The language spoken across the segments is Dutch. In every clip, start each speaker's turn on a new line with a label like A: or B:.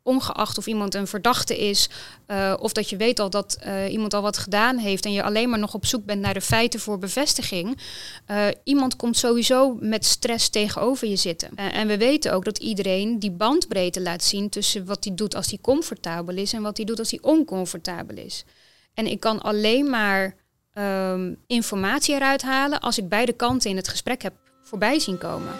A: ongeacht of iemand een verdachte is, of dat je weet al dat iemand al wat gedaan heeft en je alleen maar nog op zoek bent naar de feiten voor bevestiging. Iemand komt sowieso met stress tegenover je zitten. En we weten ook dat iedereen die bandbreedte laat zien tussen wat hij doet als hij comfortabel is en wat hij doet als hij oncomfortabel is. En ik kan alleen maar informatie eruit halen als ik beide kanten in het gesprek heb voorbij zien komen.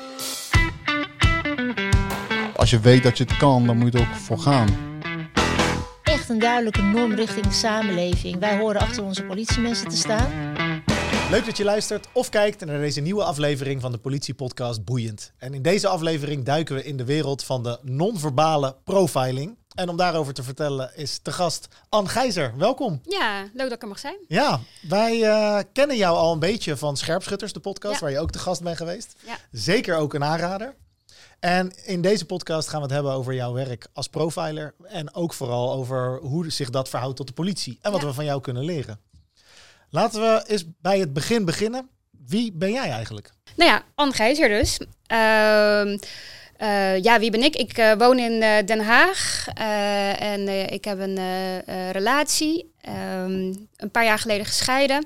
B: Als je weet dat je het kan, dan moet je er ook voor gaan.
C: Echt een duidelijke norm richting de samenleving. Wij horen achter onze politiemensen te staan.
D: Leuk dat je luistert of kijkt naar deze nieuwe aflevering van de politiepodcast Boeiend. En in deze aflevering duiken we in de wereld van de non-verbale profiling. En om daarover te vertellen is te gast Ann Gijzer. Welkom.
A: Ja, leuk dat ik er mag zijn.
D: Ja, wij kennen jou al een beetje van Scherpschutters, de podcast, waar je ook te gast bent geweest.
A: Ja.
D: Zeker ook een aanrader. En in deze podcast gaan we het hebben over jouw werk als profiler. En ook vooral over hoe zich dat verhoudt tot de politie. En wat we van jou kunnen leren. Laten we eens bij het begin beginnen. Wie ben jij eigenlijk?
A: Nou ja, Ann Gijzer dus. Wie ben ik? Ik woon in Den Haag en ik heb een relatie. Een paar jaar geleden gescheiden.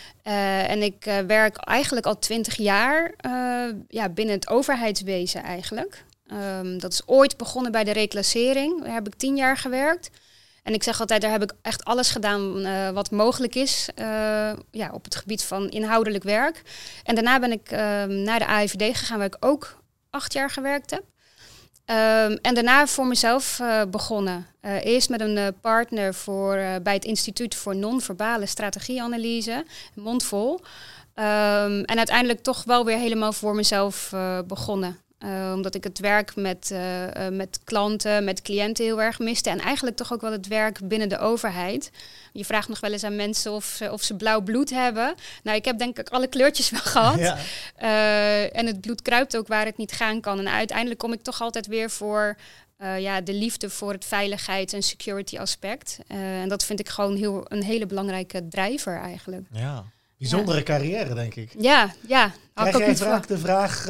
A: En ik werk eigenlijk al 20 jaar binnen het overheidswezen eigenlijk. Dat is ooit begonnen bij de reclassering. Daar heb ik 10 jaar gewerkt. En ik zeg altijd, daar heb ik echt alles gedaan wat mogelijk is op het gebied van inhoudelijk werk. En daarna ben ik naar de AIVD gegaan, waar ik ook 8 jaar gewerkt heb. En daarna voor mezelf begonnen. Eerst met een partner bij het Instituut voor Non-Verbale Strategieanalyse, Mondvol. En uiteindelijk toch wel weer helemaal voor mezelf begonnen. Omdat ik het werk met klanten, met cliënten heel erg miste. En eigenlijk toch ook wel het werk binnen de overheid. Je vraagt nog wel eens aan mensen of ze blauw bloed hebben. Nou, ik heb denk ik alle kleurtjes wel gehad. Ja. En het bloed kruipt ook waar het niet gaan kan. En uiteindelijk kom ik toch altijd weer voor de liefde voor het veiligheids- en security aspect. En dat vind ik gewoon een hele belangrijke drijver eigenlijk.
D: Ja. Bijzondere carrière, denk ik.
A: Ja.
D: Krijg jij vaak de vraag,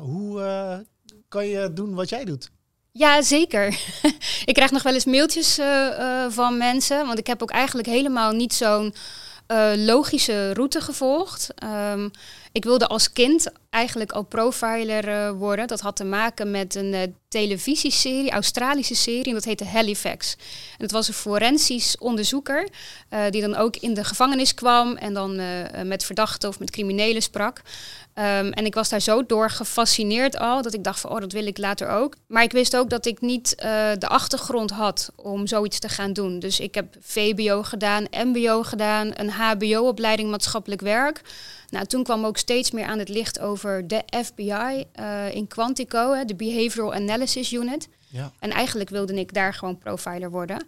D: hoe kan je doen wat jij doet?
A: Ja, zeker. Ik krijg nog wel eens mailtjes van mensen. Want ik heb ook eigenlijk helemaal niet zo'n logische route gevolgd. Ik wilde als kind eigenlijk al profiler worden. Dat had te maken met een televisieserie, Australische serie. En dat heette Halifax. En het was een forensisch onderzoeker die dan ook in de gevangenis kwam en dan met verdachten of met criminelen sprak. En ik was daar zo door gefascineerd al, dat ik dacht van, dat wil ik later ook. Maar ik wist ook dat ik niet de achtergrond had om zoiets te gaan doen. Dus ik heb VBO gedaan, MBO gedaan, een HBO-opleiding maatschappelijk werk. Nou, toen kwam ook steeds meer aan het licht over de FBI in Quantico, de Behavioral Analysis Unit. Ja. En eigenlijk wilde ik daar gewoon profiler worden.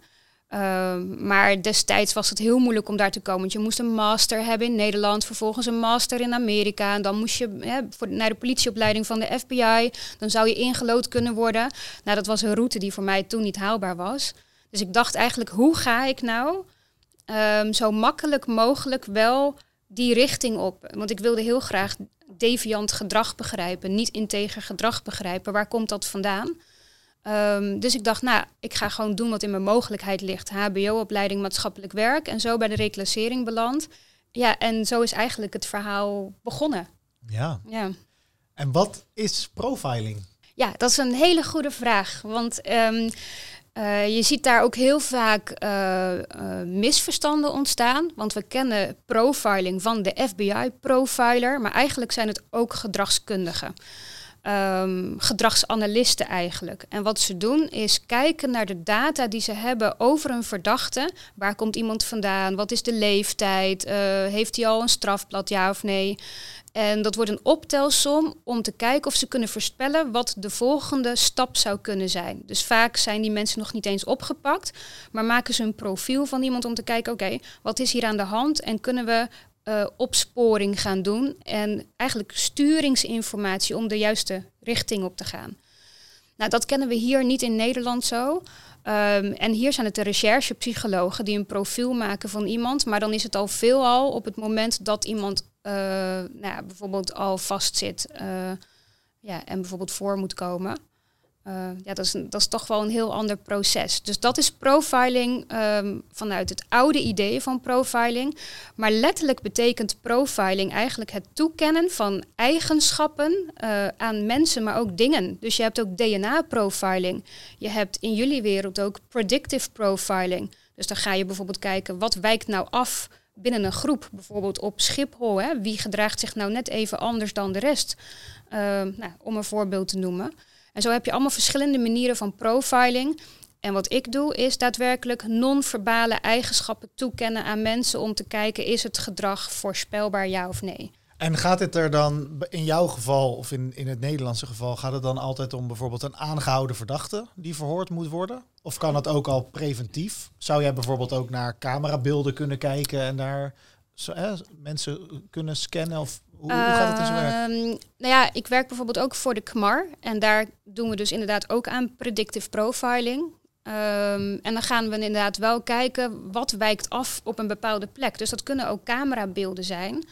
A: Maar destijds was het heel moeilijk om daar te komen. Want je moest een master hebben in Nederland, vervolgens een master in Amerika. En dan moest je naar de politieopleiding van de FBI. Dan zou je ingelood kunnen worden. Nou, dat was een route die voor mij toen niet haalbaar was. Dus ik dacht eigenlijk, hoe ga ik nou zo makkelijk mogelijk wel die richting op? Want ik wilde heel graag deviant gedrag begrijpen, niet integer gedrag begrijpen. Waar komt dat vandaan? Dus ik dacht, ik ga gewoon doen wat in mijn mogelijkheid ligt. HBO-opleiding maatschappelijk werk en zo bij de reclassering beland. Ja, en zo is eigenlijk het verhaal begonnen.
D: Ja. En wat is profiling?
A: Ja, dat is een hele goede vraag. Want je ziet daar ook heel vaak misverstanden ontstaan. Want we kennen profiling van de FBI-profiler, maar eigenlijk zijn het ook gedragskundigen. Gedragsanalisten eigenlijk. En wat ze doen is kijken naar de data die ze hebben over een verdachte. Waar komt iemand vandaan? Wat is de leeftijd? Heeft hij al een strafblad, ja of nee? En dat wordt een optelsom om te kijken of ze kunnen voorspellen wat de volgende stap zou kunnen zijn. Dus vaak zijn die mensen nog niet eens opgepakt, maar maken ze een profiel van iemand om te kijken, oké, wat is hier aan de hand? En kunnen we opsporing gaan doen en eigenlijk sturingsinformatie om de juiste richting op te gaan. Nou, dat kennen we hier niet in Nederland zo. En hier zijn het de recherchepsychologen die een profiel maken van iemand, maar dan is het al veelal op het moment dat iemand bijvoorbeeld al vastzit en bijvoorbeeld voor moet komen. Dat is toch wel een heel ander proces. Dus dat is profiling vanuit het oude idee van profiling. Maar letterlijk betekent profiling eigenlijk het toekennen van eigenschappen aan mensen, maar ook dingen. Dus je hebt ook DNA-profiling. Je hebt in jullie wereld ook predictive profiling. Dus dan ga je bijvoorbeeld kijken, wat wijkt nou af binnen een groep? Bijvoorbeeld op Schiphol. Hè? Wie gedraagt zich nou net even anders dan de rest? Om een voorbeeld te noemen. En zo heb je allemaal verschillende manieren van profiling. En wat ik doe is daadwerkelijk non-verbale eigenschappen toekennen aan mensen om te kijken, is het gedrag voorspelbaar, ja of nee?
D: En gaat het er dan in jouw geval, of in het Nederlandse geval, gaat het dan altijd om bijvoorbeeld een aangehouden verdachte die verhoord moet worden? Of kan het ook al preventief? Zou jij bijvoorbeeld ook naar camerabeelden kunnen kijken en daar mensen kunnen scannen? Of hoe gaat het in zijn werk?
A: Ik werk bijvoorbeeld ook voor de KMAR. En daar doen we dus inderdaad ook aan predictive profiling. En dan gaan we inderdaad wel kijken wat wijkt af op een bepaalde plek. Dus dat kunnen ook camerabeelden zijn.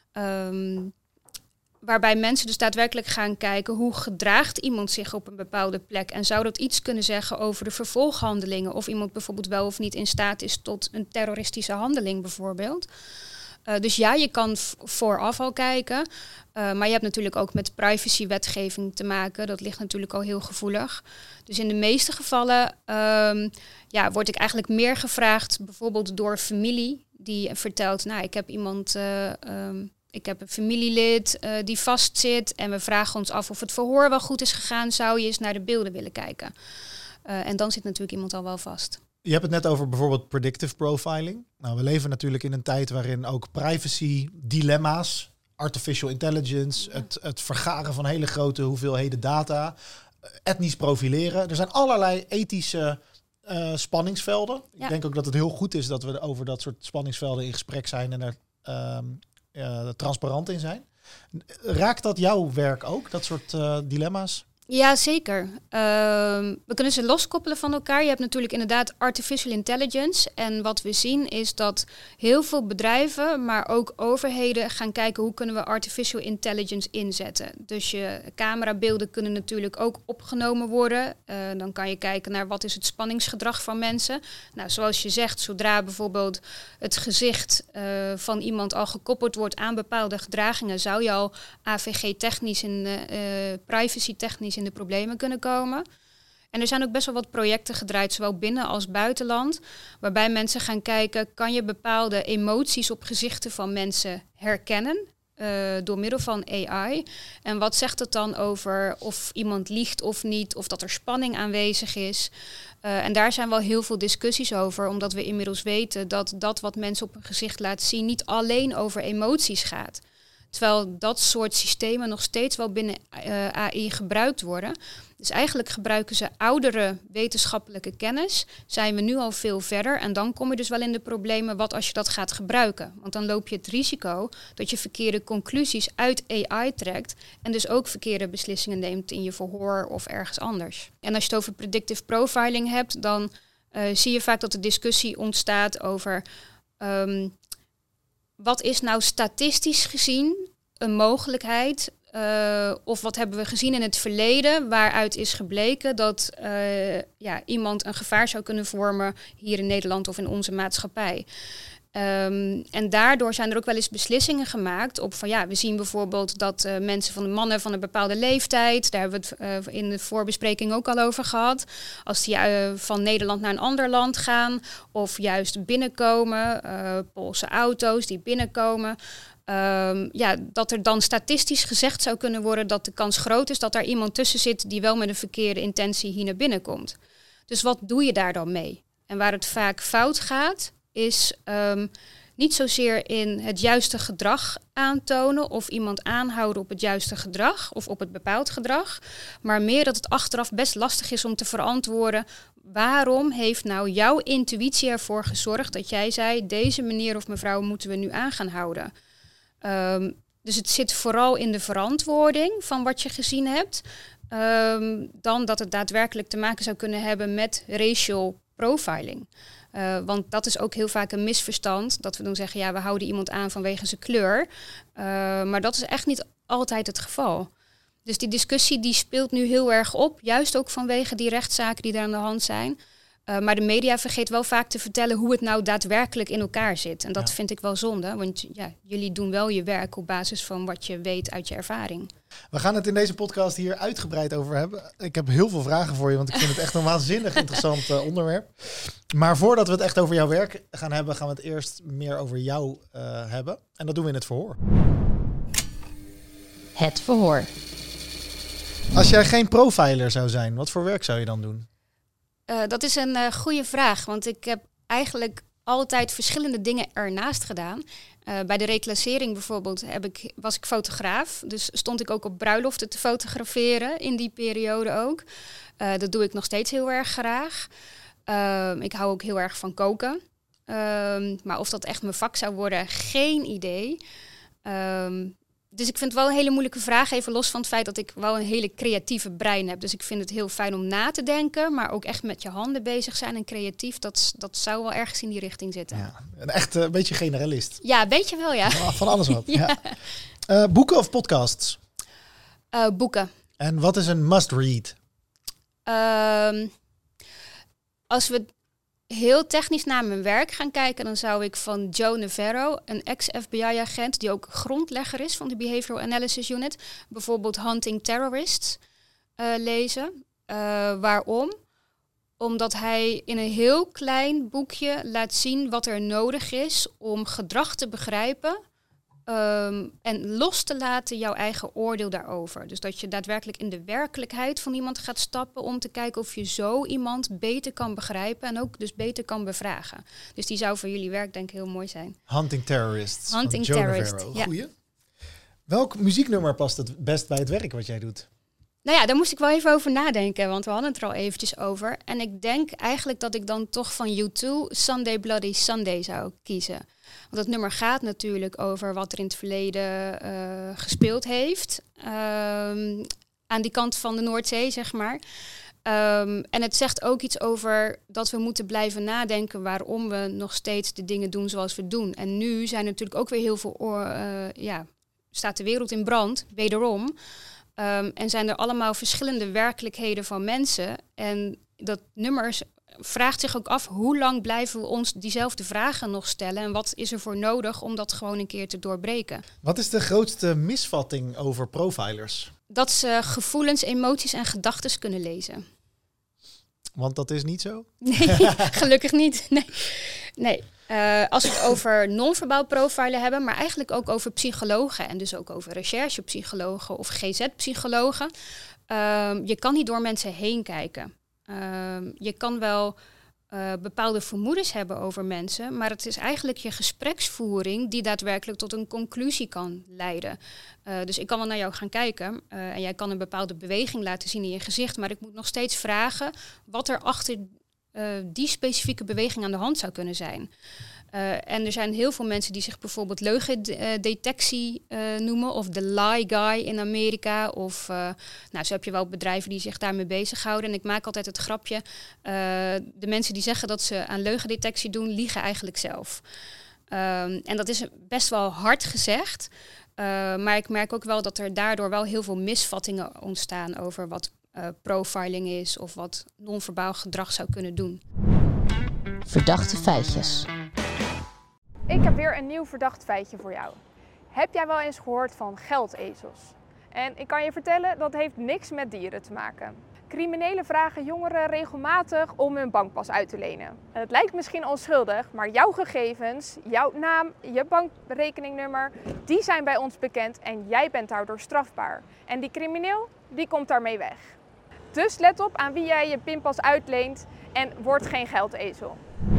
A: Waarbij mensen dus daadwerkelijk gaan kijken hoe gedraagt iemand zich op een bepaalde plek. En zou dat iets kunnen zeggen over de vervolghandelingen? Of iemand bijvoorbeeld wel of niet in staat is tot een terroristische handeling bijvoorbeeld. Dus ja, je kan vooraf al kijken. Maar je hebt natuurlijk ook met privacywetgeving te maken. Dat ligt natuurlijk al heel gevoelig. Dus in de meeste gevallen word ik eigenlijk meer gevraagd, bijvoorbeeld door familie die vertelt, ik heb iemand, ik heb een familielid die vastzit en we vragen ons af of het verhoor wel goed is gegaan. Zou je eens naar de beelden willen kijken? En dan zit natuurlijk iemand al wel vast.
D: Je hebt het net over bijvoorbeeld predictive profiling. Nou, we leven natuurlijk in een tijd waarin ook privacy dilemma's, artificial intelligence, het vergaren van hele grote hoeveelheden data, etnisch profileren. Er zijn allerlei ethische spanningsvelden. Ja. Ik denk ook dat het heel goed is dat we over dat soort spanningsvelden in gesprek zijn en er transparant in zijn. Raakt dat jouw werk ook, dat soort dilemma's?
A: Ja, zeker. We kunnen ze loskoppelen van elkaar. Je hebt natuurlijk inderdaad artificial intelligence. En wat we zien is dat heel veel bedrijven, maar ook overheden gaan kijken hoe kunnen we artificial intelligence inzetten. Dus je camerabeelden kunnen natuurlijk ook opgenomen worden. Dan kan je kijken naar wat is het spanningsgedrag van mensen. Nou, zoals je zegt, zodra bijvoorbeeld het gezicht van iemand al gekoppeld wordt aan bepaalde gedragingen, zou je al AVG-technisch en privacy-technisch in de problemen kunnen komen. En er zijn ook best wel wat projecten gedraaid, zowel binnen als buitenland, waarbij mensen gaan kijken, kan je bepaalde emoties op gezichten van mensen herkennen door middel van AI? En wat zegt het dan over of iemand liegt of niet, of dat er spanning aanwezig is? En daar zijn wel heel veel discussies over, omdat we inmiddels weten dat wat mensen op hun gezicht laten zien niet alleen over emoties gaat. Terwijl dat soort systemen nog steeds wel binnen AI gebruikt worden. Dus eigenlijk gebruiken ze oudere wetenschappelijke kennis. Zijn we nu al veel verder. En dan kom je dus wel in de problemen, wat als je dat gaat gebruiken? Want dan loop je het risico dat je verkeerde conclusies uit AI trekt. En dus ook verkeerde beslissingen neemt in je verhoor of ergens anders. En als je het over predictive profiling hebt, dan zie je vaak dat de discussie ontstaat over wat is nou statistisch gezien een mogelijkheid? Of wat hebben we gezien in het verleden waaruit is gebleken dat iemand een gevaar zou kunnen vormen hier in Nederland of in onze maatschappij. En daardoor zijn er ook wel eens beslissingen gemaakt op van we zien bijvoorbeeld dat mensen van de mannen van een bepaalde leeftijd, daar hebben we het in de voorbespreking ook al over gehad, als die van Nederland naar een ander land gaan of juist binnenkomen, Poolse auto's die binnenkomen, dat er dan statistisch gezegd zou kunnen worden dat de kans groot is dat daar iemand tussen zit die wel met een verkeerde intentie hier naar binnen komt. Dus wat doe je daar dan mee? En waar het vaak fout gaat, is niet zozeer in het juiste gedrag aantonen of iemand aanhouden op het juiste gedrag of op het bepaald gedrag, maar meer dat het achteraf best lastig is om te verantwoorden waarom heeft nou jouw intuïtie ervoor gezorgd dat jij zei deze meneer of mevrouw moeten we nu aan gaan houden. Dus het zit vooral in de verantwoording van wat je gezien hebt, dan dat het daadwerkelijk te maken zou kunnen hebben met racial profiling. Want dat is ook heel vaak een misverstand, dat we dan zeggen, we houden iemand aan vanwege zijn kleur. Maar dat is echt niet altijd het geval. Dus die discussie die speelt nu heel erg op. Juist ook vanwege die rechtszaken die er aan de hand zijn. Maar de media vergeet wel vaak te vertellen hoe het nou daadwerkelijk in elkaar zit. En dat vind ik wel zonde. Want jullie doen wel je werk op basis van wat je weet uit je ervaring.
D: We gaan het in deze podcast hier uitgebreid over hebben. Ik heb heel veel vragen voor je, want ik vind het echt een waanzinnig interessant onderwerp. Maar voordat we het echt over jouw werk gaan hebben, gaan we het eerst meer over jou hebben. En dat doen we in het verhoor.
C: Het verhoor.
D: Als jij geen profiler zou zijn, wat voor werk zou je dan doen?
A: Dat is een goede vraag, want ik heb eigenlijk altijd verschillende dingen ernaast gedaan. Bij de reclassering bijvoorbeeld was ik fotograaf. Dus stond ik ook op bruiloften te fotograferen in die periode ook. Dat doe ik nog steeds heel erg graag. Ik hou ook heel erg van koken. Maar of dat echt mijn vak zou worden, geen idee. Dus ik vind het wel een hele moeilijke vraag, even los van het feit dat ik wel een hele creatieve brein heb. Dus ik vind het heel fijn om na te denken, maar ook echt met je handen bezig zijn en creatief, dat zou wel ergens in die richting zitten.
D: Ja, een beetje generalist.
A: Ja, een beetje wel, ja.
D: Van alles wat.
A: Ja.
D: Ja. Boeken of podcasts?
A: Boeken.
D: En wat is een must-read?
A: Als we heel technisch naar mijn werk gaan kijken, dan zou ik van Joe Navarro, een ex-FBI-agent die ook grondlegger is van de Behavioral Analysis Unit, bijvoorbeeld Hunting Terrorists lezen. Waarom? Omdat hij in een heel klein boekje laat zien wat er nodig is om gedrag te begrijpen en los te laten jouw eigen oordeel daarover. Dus dat je daadwerkelijk in de werkelijkheid van iemand gaat stappen om te kijken of je zo iemand beter kan begrijpen en ook dus beter kan bevragen. Dus die zou voor jullie werk denk ik heel mooi zijn.
D: Hunting Terrorists.
A: Hunting Terrorists, ja.
D: Goeie. Welk muzieknummer past het best bij het werk wat jij doet?
A: Nou ja, daar moest ik wel even over nadenken, want we hadden het er al eventjes over. En ik denk eigenlijk dat ik dan toch van U2 Sunday Bloody Sunday zou kiezen. Want dat nummer gaat natuurlijk over wat er in het verleden gespeeld heeft. Aan die kant van de Noordzee, zeg maar. En het zegt ook iets over dat we moeten blijven nadenken waarom we nog steeds de dingen doen zoals we doen. En nu zijn er natuurlijk ook weer heel veel staat de wereld in brand, wederom. En zijn er allemaal verschillende werkelijkheden van mensen. En dat nummer vraagt zich ook af, hoe lang blijven we ons diezelfde vragen nog stellen? En wat is er voor nodig om dat gewoon een keer te doorbreken?
D: Wat is de grootste misvatting over profilers?
A: Dat ze gevoelens, emoties en gedachten kunnen lezen.
D: Want dat is niet zo?
A: Nee, gelukkig niet. Nee. Als we het over non-verbaal profilen hebben, maar eigenlijk ook over psychologen en dus ook over recherchepsychologen of GZ-psychologen. Je kan niet door mensen heen kijken. Je kan wel bepaalde vermoedens hebben over mensen, maar het is eigenlijk je gespreksvoering die daadwerkelijk tot een conclusie kan leiden. Dus ik kan wel naar jou gaan kijken en jij kan een bepaalde beweging laten zien in je gezicht, maar ik moet nog steeds vragen wat er achter die specifieke beweging aan de hand zou kunnen zijn. En er zijn heel veel mensen die zich bijvoorbeeld leugendetectie noemen, of de lie guy in Amerika. Of zo heb je wel bedrijven die zich daarmee bezighouden. En ik maak altijd het grapje, de mensen die zeggen dat ze aan leugendetectie doen, liegen eigenlijk zelf. En dat is best wel hard gezegd. Maar ik merk ook wel dat er daardoor wel heel veel misvattingen ontstaan over wat profiling is of wat non-verbaal gedrag zou kunnen doen.
C: Verdachte feitjes.
E: Ik heb weer een nieuw verdacht feitje voor jou. Heb jij wel eens gehoord van geldezels? En ik kan je vertellen, dat heeft niks met dieren te maken. Criminelen vragen jongeren regelmatig om hun bankpas uit te lenen. En het lijkt misschien onschuldig, maar jouw gegevens, jouw naam, je bankrekeningnummer, die zijn bij ons bekend en jij bent daardoor strafbaar. En die crimineel, die komt daarmee weg. Dus let op aan wie jij je pinpas uitleent en word geen geldezel.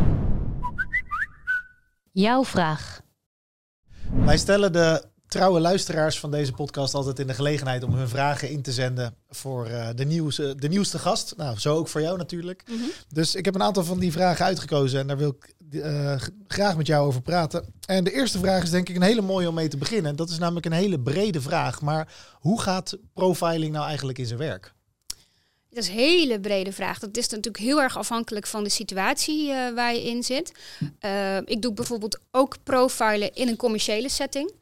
C: Jouw vraag.
D: Wij stellen de trouwe luisteraars van deze podcast altijd in de gelegenheid om hun vragen in te zenden voor de nieuwste gast. Nou, zo ook voor jou natuurlijk. Mm-hmm. Dus ik heb een aantal van die vragen uitgekozen en daar wil ik graag met jou over praten. En de eerste vraag is denk ik een hele mooie om mee te beginnen. Dat is namelijk een hele brede vraag. Maar hoe gaat profiling nou eigenlijk in zijn werk?
A: Dat is een hele brede vraag. Dat is natuurlijk heel erg afhankelijk van de situatie waar je in zit. Ik doe bijvoorbeeld ook profilen in een commerciële setting.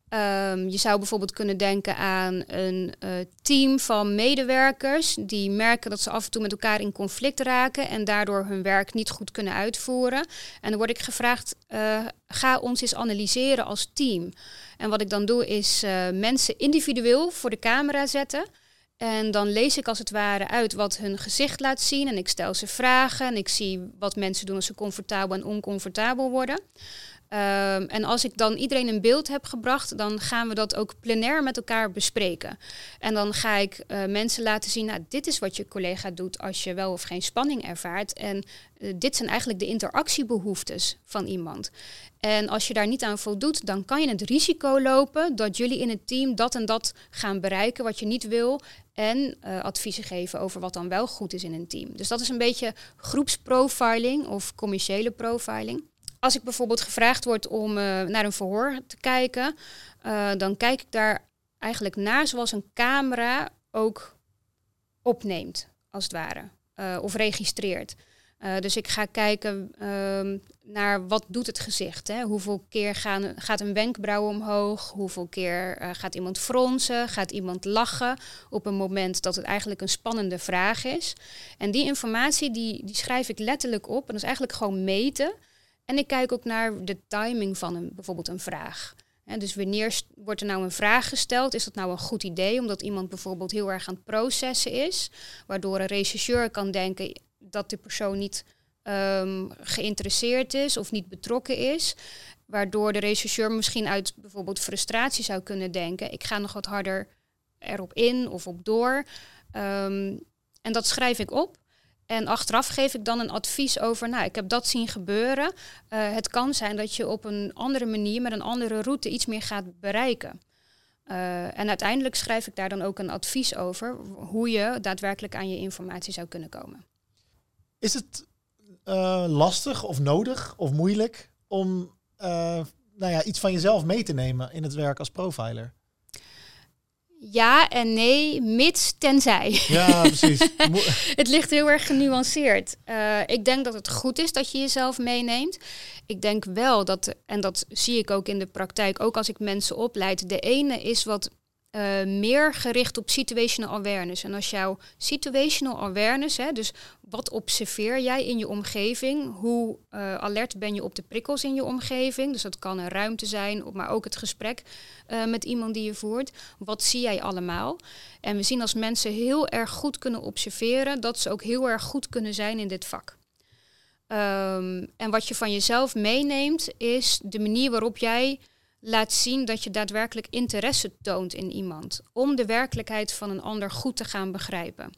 A: Je zou bijvoorbeeld kunnen denken aan een team van medewerkers die merken dat ze af en toe met elkaar in conflict raken en daardoor hun werk niet goed kunnen uitvoeren. En dan word ik gevraagd, ga ons eens analyseren als team. En wat ik dan doe is mensen individueel voor de camera zetten. En dan lees ik als het ware uit wat hun gezicht laat zien en ik stel ze vragen en ik zie wat mensen doen als ze comfortabel en oncomfortabel worden. En als ik dan iedereen een beeld heb gebracht, dan gaan we dat ook plenair met elkaar bespreken. En dan ga ik mensen laten zien, nou, dit is wat je collega doet als je wel of geen spanning ervaart. En dit zijn eigenlijk de interactiebehoeftes van iemand. En als je daar niet aan voldoet, dan kan je het risico lopen dat jullie in het team dat en dat gaan bereiken wat je niet wil. En adviezen geven over wat dan wel goed is in een team. Dus dat is een beetje groepsprofiling of commerciële profiling. Als ik bijvoorbeeld gevraagd word om naar een verhoor te kijken, dan kijk ik daar eigenlijk naar zoals een camera ook opneemt, als het ware, of registreert. Dus ik ga kijken naar wat doet het gezicht. Hè? Hoeveel keer gaat een wenkbrauw omhoog? Hoeveel keer gaat iemand fronsen? Gaat iemand lachen op een moment dat het eigenlijk een spannende vraag is? En die informatie die schrijf ik letterlijk op. En dat is eigenlijk gewoon meten. En ik kijk ook naar de timing van bijvoorbeeld een vraag. Dus wanneer wordt er nou een vraag gesteld? Is dat nou een goed idee? Omdat iemand bijvoorbeeld heel erg aan het processen is. Waardoor een rechercheur kan denken dat de persoon niet geïnteresseerd is of niet betrokken is. Waardoor de rechercheur misschien uit bijvoorbeeld frustratie zou kunnen denken, ik ga nog wat harder erop in of op door. En dat schrijf ik op. En achteraf geef ik dan een advies over, nou, ik heb dat zien gebeuren. Het kan zijn dat je op een andere manier, met een andere route, iets meer gaat bereiken. En uiteindelijk schrijf ik daar dan ook een advies over, hoe je daadwerkelijk aan je informatie zou kunnen komen.
D: Is het lastig of nodig of moeilijk om iets van jezelf mee te nemen in het werk als profiler?
A: Ja en nee, mits tenzij.
D: Ja, precies.
A: Het ligt heel erg genuanceerd. Ik denk dat het goed is dat je jezelf meeneemt. Ik denk wel dat, en dat zie ik ook in de praktijk, ook als ik mensen opleid, de ene is wat meer gericht op situational awareness. En als jouw situational awareness, dus wat observeer jij in je omgeving? Hoe alert ben je op de prikkels in je omgeving? Dus dat kan een ruimte zijn, maar ook het gesprek met iemand die je voert. Wat zie jij allemaal? En we zien als mensen heel erg goed kunnen observeren, dat ze ook heel erg goed kunnen zijn in dit vak. En wat je van jezelf meeneemt, is de manier waarop jij laat zien dat je daadwerkelijk interesse toont in iemand. Om de werkelijkheid van een ander goed te gaan begrijpen.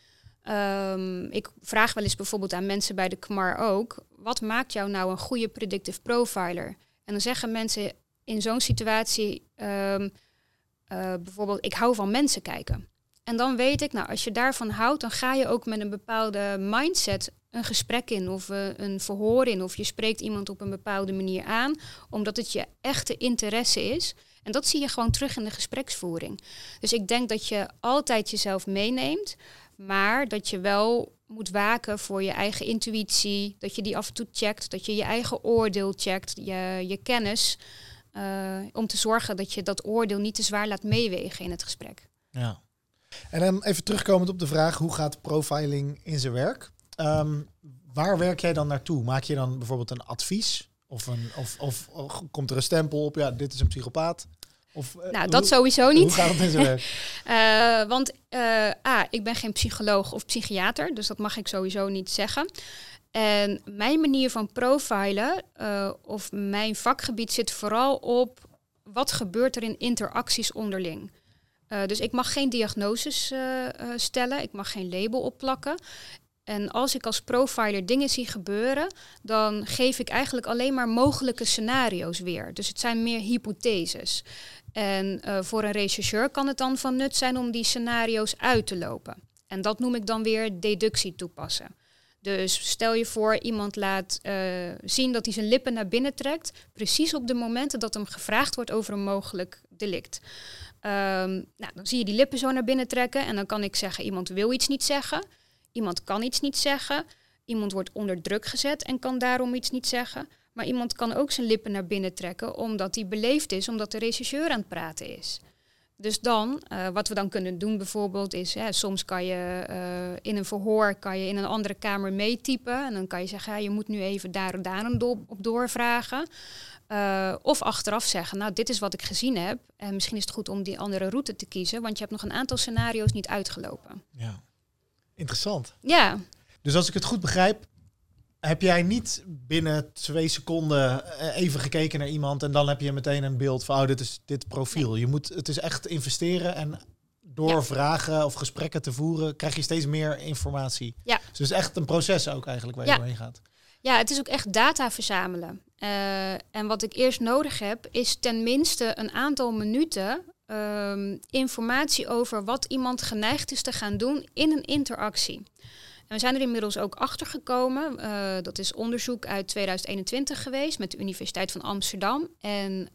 A: Ik vraag wel eens bijvoorbeeld aan mensen bij de KMAR ook, wat maakt jou nou een goede predictive profiler? En dan zeggen mensen in zo'n situatie bijvoorbeeld, ik hou van mensen kijken. En dan weet ik, nou, als je daarvan houdt, dan ga je ook met een bepaalde mindset een gesprek in of een verhoor in. Of je spreekt iemand op een bepaalde manier aan, omdat het je echte interesse is. En dat zie je gewoon terug in de gespreksvoering. Dus ik denk dat je altijd jezelf meeneemt, maar dat je wel moet waken voor je eigen intuïtie. Dat je die af en toe checkt, dat je je eigen oordeel checkt, je kennis. Om te zorgen dat je dat oordeel niet te zwaar laat meewegen in het gesprek.
D: Ja. En dan even terugkomend op de vraag, hoe gaat profiling in zijn werk? Waar werk jij dan naartoe? Maak je dan bijvoorbeeld een advies? Of komt er een stempel op, ja, dit is een psychopaat?
A: Dat sowieso niet.
D: Hoe gaat het in zijn werk?
A: Want ik ben geen psycholoog of psychiater, dus dat mag ik sowieso niet zeggen. En mijn manier van profilen, of mijn vakgebied zit vooral op wat gebeurt er in interacties onderling. Dus ik mag geen diagnoses stellen, ik mag geen label opplakken. En als ik als profiler dingen zie gebeuren, dan geef ik eigenlijk alleen maar mogelijke scenario's weer. Dus het zijn meer hypotheses. En voor een rechercheur kan het dan van nut zijn om die scenario's uit te lopen. En dat noem ik dan weer deductie toepassen. Dus stel je voor, iemand laat zien dat hij zijn lippen naar binnen trekt, precies op de momenten dat hem gevraagd wordt over een mogelijk delict. Dan zie je die lippen zo naar binnen trekken en dan kan ik zeggen, iemand wil iets niet zeggen. Iemand kan iets niet zeggen. Iemand wordt onder druk gezet en kan daarom iets niet zeggen. Maar iemand kan ook zijn lippen naar binnen trekken omdat hij beleefd is, omdat de rechercheur aan het praten is. Dus dan, wat we dan kunnen doen bijvoorbeeld is, soms kan je in een verhoor in een andere kamer meetypen. En dan kan je zeggen, je moet nu even daar en daar op doorvragen. Of achteraf zeggen, nou dit is wat ik gezien heb. En misschien is het goed om die andere route te kiezen, want je hebt nog een aantal scenario's niet uitgelopen.
D: Ja, interessant.
A: Ja.
D: Dus als ik het goed begrijp, heb jij niet binnen 2 seconden even gekeken naar iemand en dan heb je meteen een beeld van, dit is dit profiel. Nee. Het is echt investeren en door vragen of gesprekken te voeren, krijg je steeds meer informatie. Ja. Dus het is echt een proces ook eigenlijk waar je doorheen gaat.
A: Ja, het is ook echt data verzamelen. En wat ik eerst nodig heb, is tenminste een aantal minuten informatie over wat iemand geneigd is te gaan doen in een interactie. En we zijn er inmiddels ook achter gekomen. Dat is onderzoek uit 2021 geweest met de Universiteit van Amsterdam en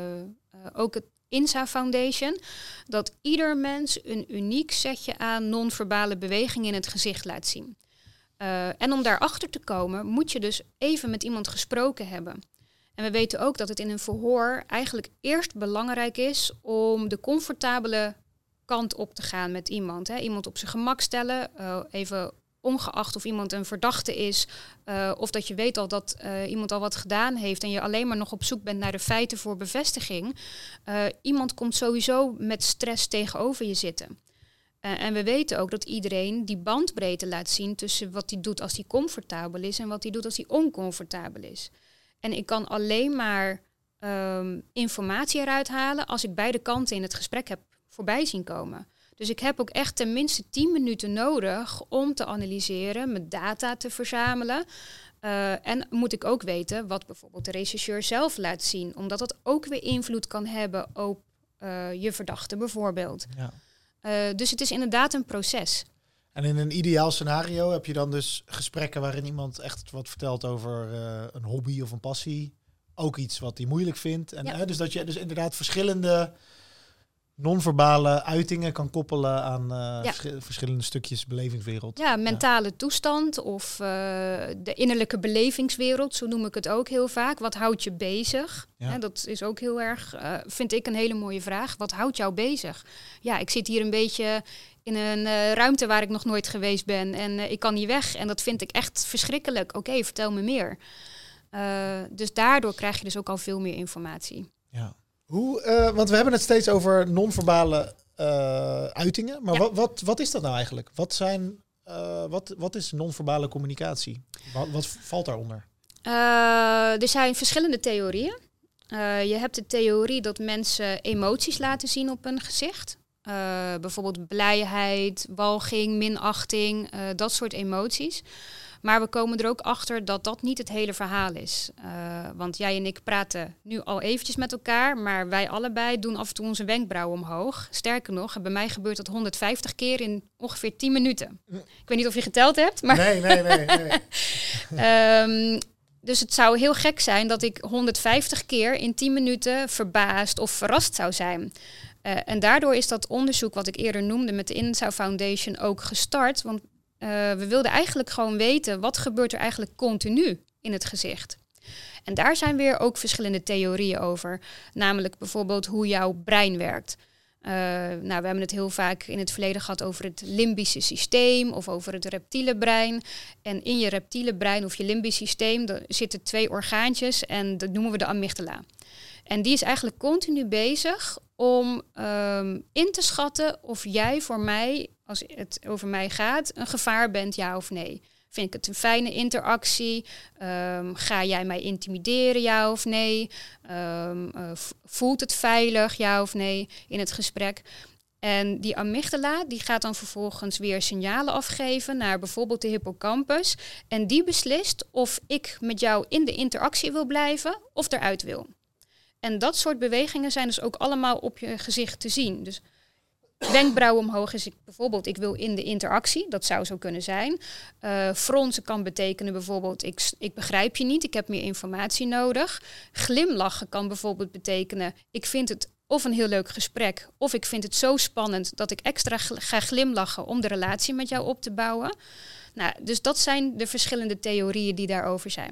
A: ook het INSA Foundation, dat ieder mens een uniek setje aan non-verbale bewegingen in het gezicht laat zien. En om daarachter te komen, moet je dus even met iemand gesproken hebben. En we weten ook dat het in een verhoor eigenlijk eerst belangrijk is om de comfortabele kant op te gaan met iemand. Iemand op zijn gemak stellen, even ongeacht of iemand een verdachte is, of dat je weet al dat iemand al wat gedaan heeft en je alleen maar nog op zoek bent naar de feiten voor bevestiging. Iemand komt sowieso met stress tegenover je zitten. En we weten ook dat iedereen die bandbreedte laat zien tussen wat hij doet als hij comfortabel is en wat hij doet als hij oncomfortabel is. En ik kan alleen maar informatie eruit halen als ik beide kanten in het gesprek heb voorbij zien komen. Dus ik heb ook echt tenminste 10 minuten nodig om te analyseren, mijn data te verzamelen. En moet ik ook weten wat bijvoorbeeld de rechercheur zelf laat zien. Omdat dat ook weer invloed kan hebben op je verdachte bijvoorbeeld. Ja. Dus het is inderdaad een proces.
D: En in een ideaal scenario heb je dan dus gesprekken waarin iemand echt wat vertelt over een hobby of een passie. Ook iets wat hij moeilijk vindt. En, dus dat je dus inderdaad verschillende non-verbale uitingen kan koppelen aan verschillende stukjes belevingswereld.
A: Ja, mentale toestand of de innerlijke belevingswereld, zo noem ik het ook heel vaak. Wat houdt je bezig? Ja. Dat is ook heel erg, vind ik een hele mooie vraag. Wat houdt jou bezig? Ja, ik zit hier een beetje in een ruimte waar ik nog nooit geweest ben en ik kan niet weg. En dat vind ik echt verschrikkelijk. Oké, vertel me meer. Dus daardoor krijg je dus ook al veel meer informatie.
D: Ja. Want we hebben het steeds over non-verbale uitingen. Maar wat is dat nou eigenlijk? Wat is non-verbale communicatie? Wat valt daaronder?
A: Er zijn verschillende theorieën. Je hebt de theorie dat mensen emoties laten zien op hun gezicht. Bijvoorbeeld blijheid, walging, minachting, dat soort emoties. Maar we komen er ook achter dat dat niet het hele verhaal is. Want jij en ik praten nu al eventjes met elkaar, maar wij allebei doen af en toe onze wenkbrauwen omhoog. Sterker nog, bij mij gebeurt dat 150 keer in ongeveer 10 minuten. Ik weet niet of je geteld hebt. Maar
D: Nee.
A: Dus het zou heel gek zijn dat ik 150 keer in 10 minuten verbaasd of verrast zou zijn. En daardoor is dat onderzoek wat ik eerder noemde met de INSA Foundation ook gestart. Want we wilden eigenlijk gewoon weten, wat gebeurt er eigenlijk continu in het gezicht? En daar zijn weer ook verschillende theorieën over. Namelijk bijvoorbeeld hoe jouw brein werkt. We hebben het heel vaak in het verleden gehad over het limbische systeem of over het reptiele brein. En in je reptiele brein of je limbisch systeem zitten 2 orgaantjes en dat noemen we de amygdala. En die is eigenlijk continu bezig om in te schatten of jij voor mij, als het over mij gaat, een gevaar bent, ja of nee. Vind ik het een fijne interactie? Ga jij mij intimideren, ja of nee? Voelt het veilig, ja of nee, in het gesprek? En die amygdala die gaat dan vervolgens weer signalen afgeven naar bijvoorbeeld de hippocampus. En die beslist of ik met jou in de interactie wil blijven of eruit wil. En dat soort bewegingen zijn dus ook allemaal op je gezicht te zien. Dus wenkbrauw omhoog is bijvoorbeeld, ik wil in de interactie. Dat zou zo kunnen zijn. Fronsen kan betekenen bijvoorbeeld, ik begrijp je niet, ik heb meer informatie nodig. Glimlachen kan bijvoorbeeld betekenen, ik vind het of een heel leuk gesprek, of ik vind het zo spannend dat ik extra ga glimlachen om de relatie met jou op te bouwen. Nou, dus dat zijn de verschillende theorieën die daarover zijn.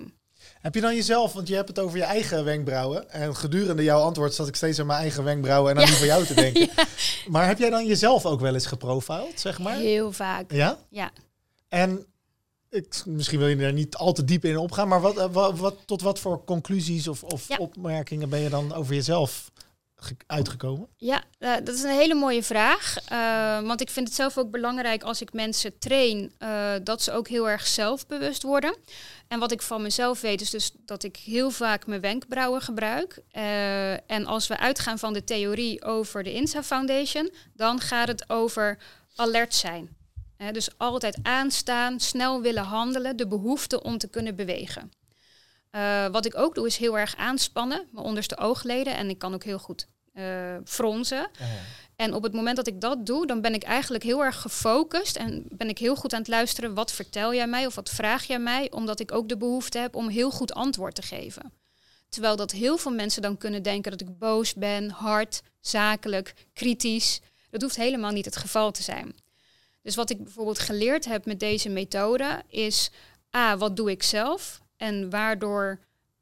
D: Heb je dan jezelf, want je hebt het over je eigen wenkbrauwen. En gedurende jouw antwoord zat ik steeds aan mijn eigen wenkbrauwen en aan die van jou te denken. Ja. Maar heb jij dan jezelf ook wel eens geprofiled, zeg maar?
A: Heel vaak.
D: Ja?
A: Ja.
D: En misschien wil je er niet al te diep in opgaan, maar tot wat voor conclusies of opmerkingen ben je dan over jezelf uitgekomen?
A: Ja, dat is een hele mooie vraag. Want ik vind het zelf ook belangrijk als ik mensen train, dat ze ook heel erg zelfbewust worden. En wat ik van mezelf weet is dus dat ik heel vaak mijn wenkbrauwen gebruik. En als we uitgaan van de theorie over de INSA Foundation, dan gaat het over alert zijn. Dus altijd aanstaan, snel willen handelen, de behoefte om te kunnen bewegen. Wat ik ook doe is heel erg aanspannen, mijn onderste oogleden. En ik kan ook heel goed fronsen. Ja. En op het moment dat ik dat doe, dan ben ik eigenlijk heel erg gefocust. En ben ik heel goed aan het luisteren. Wat vertel jij mij of wat vraag jij mij? Omdat ik ook de behoefte heb om heel goed antwoord te geven. Terwijl dat heel veel mensen dan kunnen denken dat ik boos ben, hard, zakelijk, kritisch. Dat hoeft helemaal niet het geval te zijn. Dus wat ik bijvoorbeeld geleerd heb met deze methode is... wat doe ik zelf? En waardoor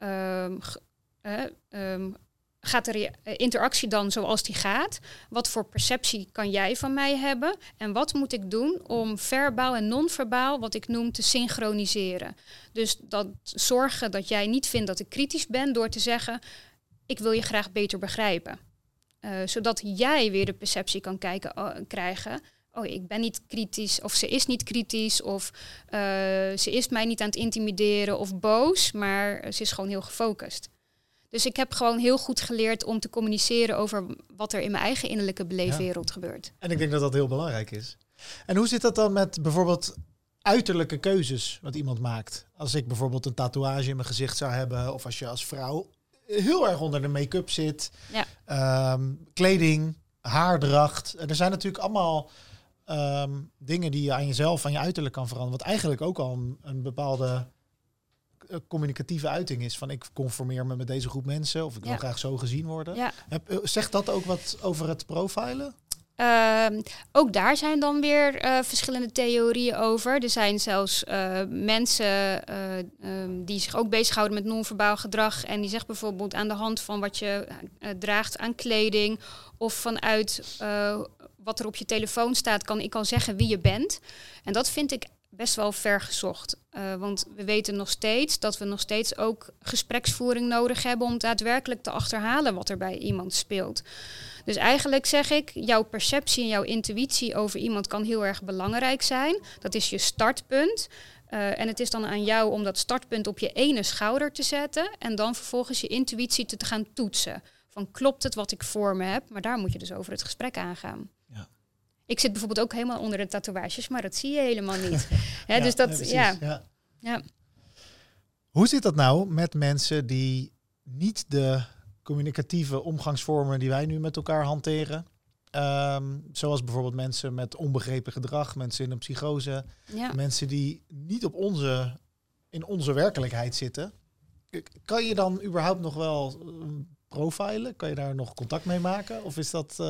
A: gaat de interactie dan zoals die gaat? Wat voor perceptie kan jij van mij hebben? En wat moet ik doen om verbaal en non-verbaal, wat ik noem, te synchroniseren? Dus dat zorgen dat jij niet vindt dat ik kritisch ben door te zeggen... ik wil je graag beter begrijpen. Zodat jij weer de perceptie kan krijgen... oh, ik ben niet kritisch, of ze is niet kritisch, of ze is mij niet aan het intimideren of boos, maar ze is gewoon heel gefocust. Dus ik heb gewoon heel goed geleerd om te communiceren over wat er in mijn eigen innerlijke beleefwereld gebeurt.
D: En ik denk dat dat heel belangrijk is. En hoe zit dat dan met bijvoorbeeld uiterlijke keuzes wat iemand maakt? Als ik bijvoorbeeld een tatoeage in mijn gezicht zou hebben, of als je als vrouw heel erg onder de make-up zit, kleding, haardracht. Er zijn natuurlijk allemaal... dingen die je aan jezelf, aan je uiterlijk kan veranderen. Wat eigenlijk ook al een bepaalde communicatieve uiting is. Van ik conformeer me met deze groep mensen. Of ik wil graag zo gezien worden. Ja. Zegt dat ook wat over het profilen?
A: Ook daar zijn dan weer verschillende theorieën over. Er zijn zelfs mensen die zich ook bezighouden met non-verbaal gedrag. En die zeggen bijvoorbeeld aan de hand van wat je draagt aan kleding... of vanuit wat er op je telefoon staat, kan ik al zeggen wie je bent. En dat vind ik best wel ver gezocht. Want we weten nog steeds dat we nog steeds ook gespreksvoering nodig hebben... om daadwerkelijk te achterhalen wat er bij iemand speelt. Dus eigenlijk zeg ik, jouw perceptie en jouw intuïtie over iemand kan heel erg belangrijk zijn. Dat is je startpunt. En het is dan aan jou om dat startpunt op je ene schouder te zetten... en dan vervolgens je intuïtie te gaan toetsen. Van klopt het wat ik voor me heb? Maar daar moet je dus over het gesprek aangaan. Ja. Ik zit bijvoorbeeld ook helemaal onder de tatoeages, maar dat zie je helemaal niet. Dus dat, ja.
D: Hoe zit dat nou met mensen die niet de communicatieve omgangsvormen die wij nu met elkaar hanteren? Zoals bijvoorbeeld mensen met onbegrepen gedrag, mensen in een psychose, mensen die niet in onze werkelijkheid zitten. Kan je dan überhaupt nog wel profilen? Kan je daar nog contact mee maken? Of is dat...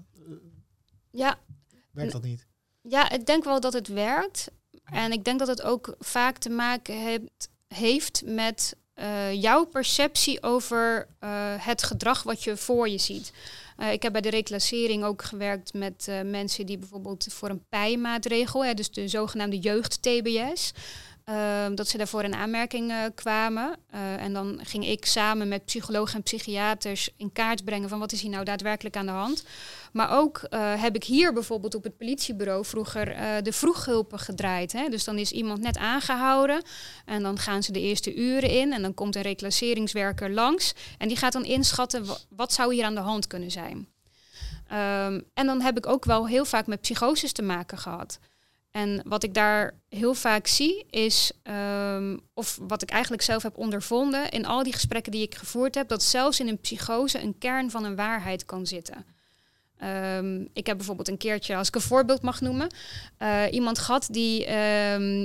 D: werkt dat niet?
A: Ja, ik denk wel dat het werkt. En ik denk dat het ook vaak te maken heeft met jouw perceptie over het gedrag wat je voor je ziet. Ik heb bij de reclassering ook gewerkt met mensen die bijvoorbeeld voor een PEI-maatregel, dus de zogenaamde jeugd-TBS, dat ze daarvoor in aanmerking kwamen. En dan ging ik samen met psychologen en psychiaters in kaart brengen van wat is hier nou daadwerkelijk aan de hand. Maar ook heb ik hier bijvoorbeeld op het politiebureau vroeger de vroeghulpen gedraaid. Dus dan is iemand net aangehouden en dan gaan ze de eerste uren in en dan komt een reclasseringswerker langs en die gaat dan inschatten wat zou hier aan de hand kunnen zijn. En dan heb ik ook wel heel vaak met psychoses te maken gehad. En wat ik daar heel vaak zie is, of wat ik eigenlijk zelf heb ondervonden in al die gesprekken die ik gevoerd heb, dat zelfs in een psychose een kern van een waarheid kan zitten. Ik heb bijvoorbeeld een keertje, als ik een voorbeeld mag noemen, iemand gehad die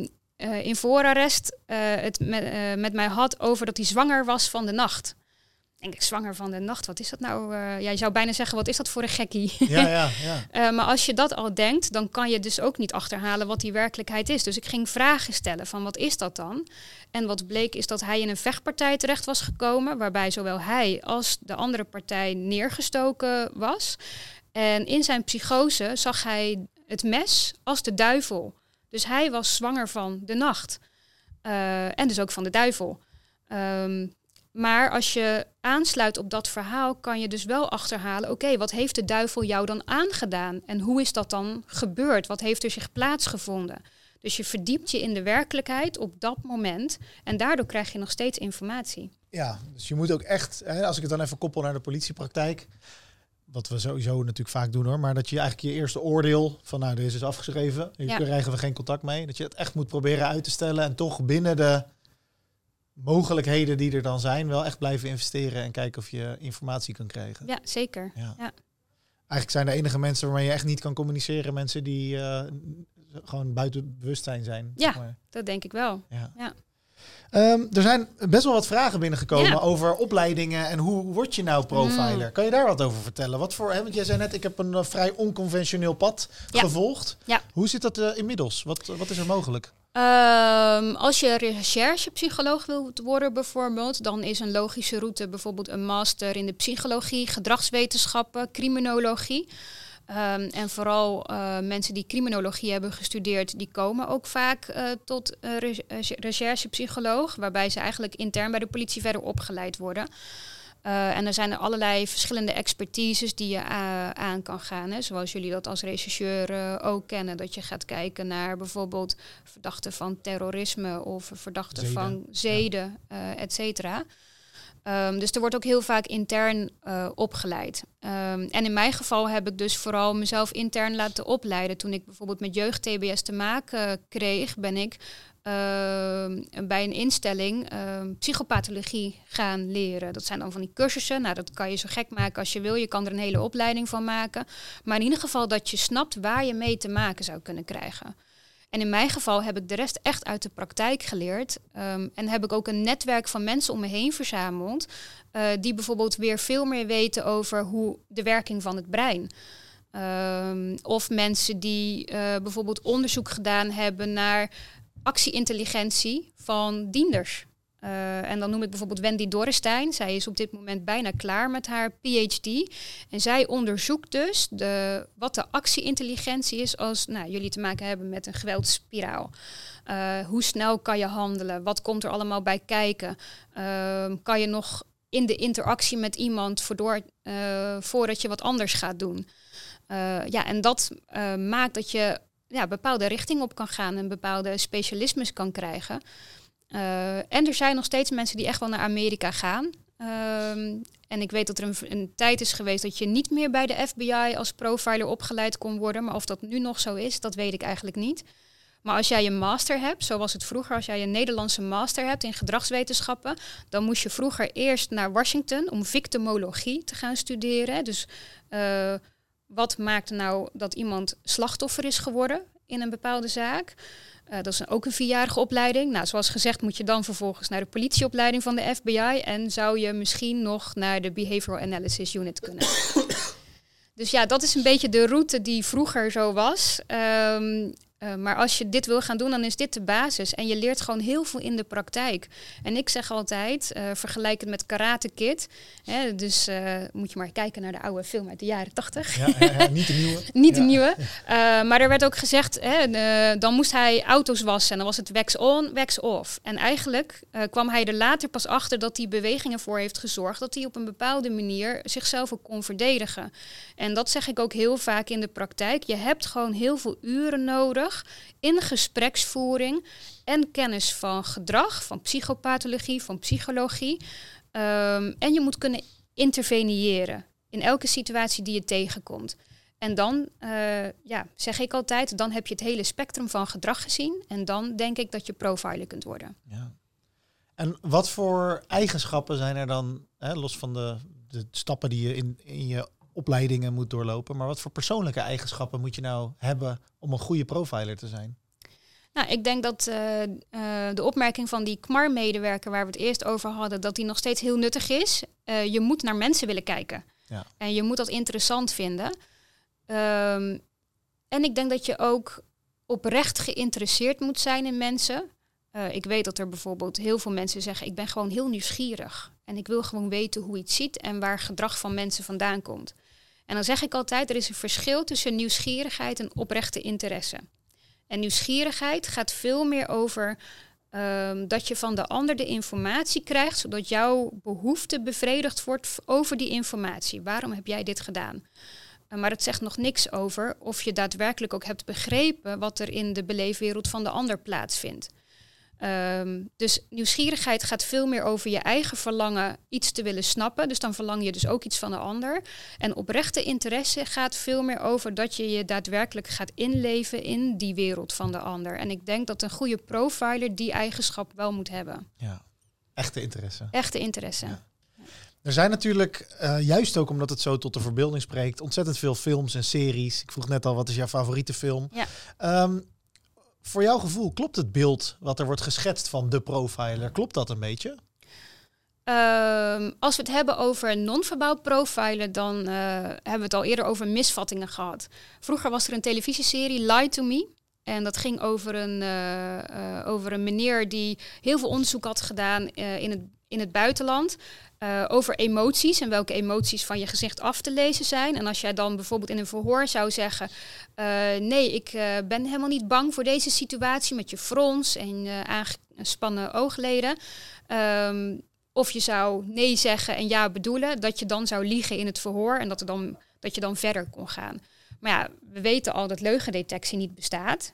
A: in voorarrest het met mij had over dat hij zwanger was van de nacht. denk ik, zwanger van de nacht. Wat is dat nou? Je zou bijna zeggen, wat is dat voor een gekkie?
D: Ja.
A: Maar als je dat al denkt, dan kan je dus ook niet achterhalen wat die werkelijkheid is. Dus ik ging vragen stellen van wat is dat dan? En wat bleek is dat hij in een vechtpartij terecht was gekomen, waarbij zowel hij als de andere partij neergestoken was. En in zijn psychose zag hij het mes als de duivel. Dus hij was zwanger van de nacht. En dus ook van de duivel. Maar als je aansluit op dat verhaal, kan je dus wel achterhalen, oké, wat heeft de duivel jou dan aangedaan? En hoe is dat dan gebeurd? Wat heeft er zich plaatsgevonden? Dus je verdiept je in de werkelijkheid op dat moment en daardoor krijg je nog steeds informatie.
D: Ja, dus je moet ook echt, als ik het dan even koppel naar de politiepraktijk, wat we sowieso natuurlijk vaak doen hoor, maar dat je eigenlijk je eerste oordeel van nou, deze is afgeschreven, hier krijgen we geen contact mee, dat je het echt moet proberen uit te stellen en toch binnen de mogelijkheden die er dan zijn, wel echt blijven investeren en kijken of je informatie kan krijgen.
A: Ja, zeker.
D: Ja.
A: Ja.
D: Eigenlijk zijn de enige mensen waarmee je echt niet kan communiceren mensen die gewoon buiten bewustzijn zijn.
A: Ja,
D: zeg maar.
A: Dat denk ik wel.
D: Ja. Er zijn best wel wat vragen binnengekomen over opleidingen en hoe word je nou profiler? Kan je daar wat over vertellen? Wat voor, want jij zei net, ik heb een vrij onconventioneel pad gevolgd. Ja. Hoe zit dat inmiddels? Wat is er mogelijk?
A: Als je recherchepsycholoog wilt worden bijvoorbeeld, dan is een logische route bijvoorbeeld een master in de psychologie, gedragswetenschappen, criminologie. En vooral mensen die criminologie hebben gestudeerd, die komen ook vaak tot recherchepsycholoog, waarbij ze eigenlijk intern bij de politie verder opgeleid worden. En er zijn er allerlei verschillende expertises die je aan kan gaan. Hè. Zoals jullie dat als rechercheur ook kennen. Dat je gaat kijken naar bijvoorbeeld verdachten van terrorisme of verdachten van zeden, et cetera. Dus er wordt ook heel vaak intern opgeleid. En in mijn geval heb ik dus vooral mezelf intern laten opleiden. Toen ik bijvoorbeeld met jeugd-TBS te maken kreeg, ben ik bij een instelling psychopathologie gaan leren. Dat zijn dan van die cursussen. Nou, dat kan je zo gek maken als je wil. Je kan er een hele opleiding van maken. Maar in ieder geval dat je snapt waar je mee te maken zou kunnen krijgen. En in mijn geval heb ik de rest echt uit de praktijk geleerd. En heb ik ook een netwerk van mensen om me heen verzameld. Die bijvoorbeeld weer veel meer weten over hoe de werking van het brein. Of mensen die bijvoorbeeld onderzoek gedaan hebben naar actieintelligentie van dienders. En dan noem ik bijvoorbeeld Wendy Dorrestein. Zij is op dit moment bijna klaar met haar PhD. En zij onderzoekt dus wat de actieintelligentie is als jullie te maken hebben met een geweldsspiraal. Hoe snel kan je handelen? Wat komt er allemaal bij kijken? Kan je nog in de interactie met iemand voordat je wat anders gaat doen? En dat maakt dat je bepaalde richting op kan gaan en bepaalde specialismes kan krijgen. En er zijn nog steeds mensen die echt wel naar Amerika gaan. En ik weet dat er een tijd is geweest dat je niet meer bij de FBI als profiler opgeleid kon worden. Maar of dat nu nog zo is, dat weet ik eigenlijk niet. Maar als jij een master hebt, zo was het vroeger, als jij een Nederlandse master hebt in gedragswetenschappen, dan moest je vroeger eerst naar Washington om victimologie te gaan studeren. Dus wat maakt nou dat iemand slachtoffer is geworden in een bepaalde zaak? Dat is ook een 4-jarige opleiding. Nou, zoals gezegd moet je dan vervolgens naar de politieopleiding van de FBI en zou je misschien nog naar de Behavioral Analysis Unit kunnen. Dus ja, dat is een beetje de route die vroeger zo was. Maar als je dit wil gaan doen, dan is dit de basis. En je leert gewoon heel veel in de praktijk. En ik zeg altijd, vergelijk het met Karate Kid. Dus moet je maar kijken naar de oude film uit de jaren 80.
D: Ja, niet de nieuwe.
A: Niet de nieuwe. Maar er werd ook gezegd, dan moest hij auto's wassen. En dan was het wax on, wax off. En eigenlijk kwam hij er later pas achter dat die bewegingen voor heeft gezorgd dat hij op een bepaalde manier zichzelf ook kon verdedigen. En dat zeg ik ook heel vaak in de praktijk. Je hebt gewoon heel veel uren nodig in gespreksvoering en kennis van gedrag, van psychopathologie, van psychologie. En je moet kunnen interveneren in elke situatie die je tegenkomt. En dan, zeg ik altijd, dan heb je het hele spectrum van gedrag gezien. En dan denk ik dat je profiler kunt worden.
D: Ja. En wat voor eigenschappen zijn er dan, los van de stappen die je in je opleidingen moet doorlopen, maar wat voor persoonlijke eigenschappen moet je nou hebben om een goede profiler te zijn?
A: Nou, ik denk dat de opmerking van die KMAR-medewerker waar we het eerst over hadden, dat die nog steeds heel nuttig is. Je moet naar mensen willen kijken. Ja. En je moet dat interessant vinden. En ik denk dat je ook oprecht geïnteresseerd moet zijn in mensen. Ik weet dat er bijvoorbeeld heel veel mensen zeggen, ik ben gewoon heel nieuwsgierig. En ik wil gewoon weten hoe iets ziet en waar gedrag van mensen vandaan komt. En dan zeg ik altijd, er is een verschil tussen nieuwsgierigheid en oprechte interesse. En nieuwsgierigheid gaat veel meer over dat je van de ander de informatie krijgt, zodat jouw behoefte bevredigd wordt over die informatie. Waarom heb jij dit gedaan? Maar het zegt nog niks over of je daadwerkelijk ook hebt begrepen wat er in de beleefwereld van de ander plaatsvindt. Dus nieuwsgierigheid gaat veel meer over je eigen verlangen iets te willen snappen. Dus dan verlang je dus ook iets van de ander. En oprechte interesse gaat veel meer over dat je je daadwerkelijk gaat inleven in die wereld van de ander. En ik denk dat een goede profiler die eigenschap wel moet hebben.
D: Ja, echte interesse.
A: Echte interesse.
D: Ja. Er zijn natuurlijk, juist ook omdat het zo tot de verbeelding spreekt, ontzettend veel films en series. Ik vroeg net al, wat is jouw favoriete film? Ja. Voor jouw gevoel, klopt het beeld wat er wordt geschetst van de profiler? Klopt dat een beetje?
A: Als we het hebben over non-verbaal profilen, dan hebben we het al eerder over misvattingen gehad. Vroeger was er een televisieserie, Lie to Me. En dat ging over een meneer die heel veel onderzoek had gedaan in het buitenland. Over emoties en welke emoties van je gezicht af te lezen zijn. En als jij dan bijvoorbeeld in een verhoor zou zeggen, nee, ik ben helemaal niet bang voor deze situatie met je frons en aangespannen oogleden. Of je zou nee zeggen en ja bedoelen, dat je dan zou liegen in het verhoor en dat je dan verder kon gaan. Maar ja, we weten al dat leugendetectie niet bestaat.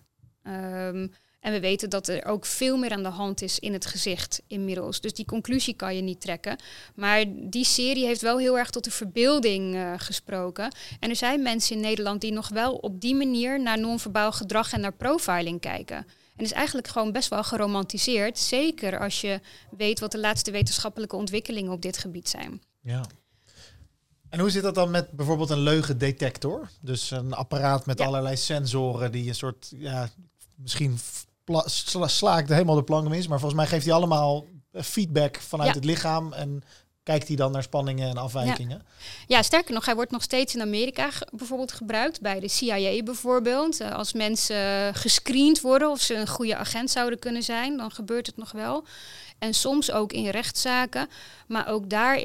A: En we weten dat er ook veel meer aan de hand is in het gezicht inmiddels. Dus die conclusie kan je niet trekken. Maar die serie heeft wel heel erg tot de verbeelding gesproken. En er zijn mensen in Nederland die nog wel op die manier naar non-verbaal gedrag en naar profiling kijken. En is eigenlijk gewoon best wel geromantiseerd. Zeker als je weet wat de laatste wetenschappelijke ontwikkelingen op dit gebied zijn.
D: Ja. En hoe zit dat dan met bijvoorbeeld een leugendetector? Dus een apparaat met allerlei sensoren die een soort, misschien sla ik helemaal de plank mis, maar volgens mij geeft hij allemaal feedback vanuit het lichaam en kijkt hij dan naar spanningen en afwijkingen.
A: Ja, sterker nog, hij wordt nog steeds in Amerika bijvoorbeeld gebruikt, bij de CIA bijvoorbeeld. Als mensen gescreend worden of ze een goede agent zouden kunnen zijn, dan gebeurt het nog wel. En soms ook in rechtszaken. Maar ook daar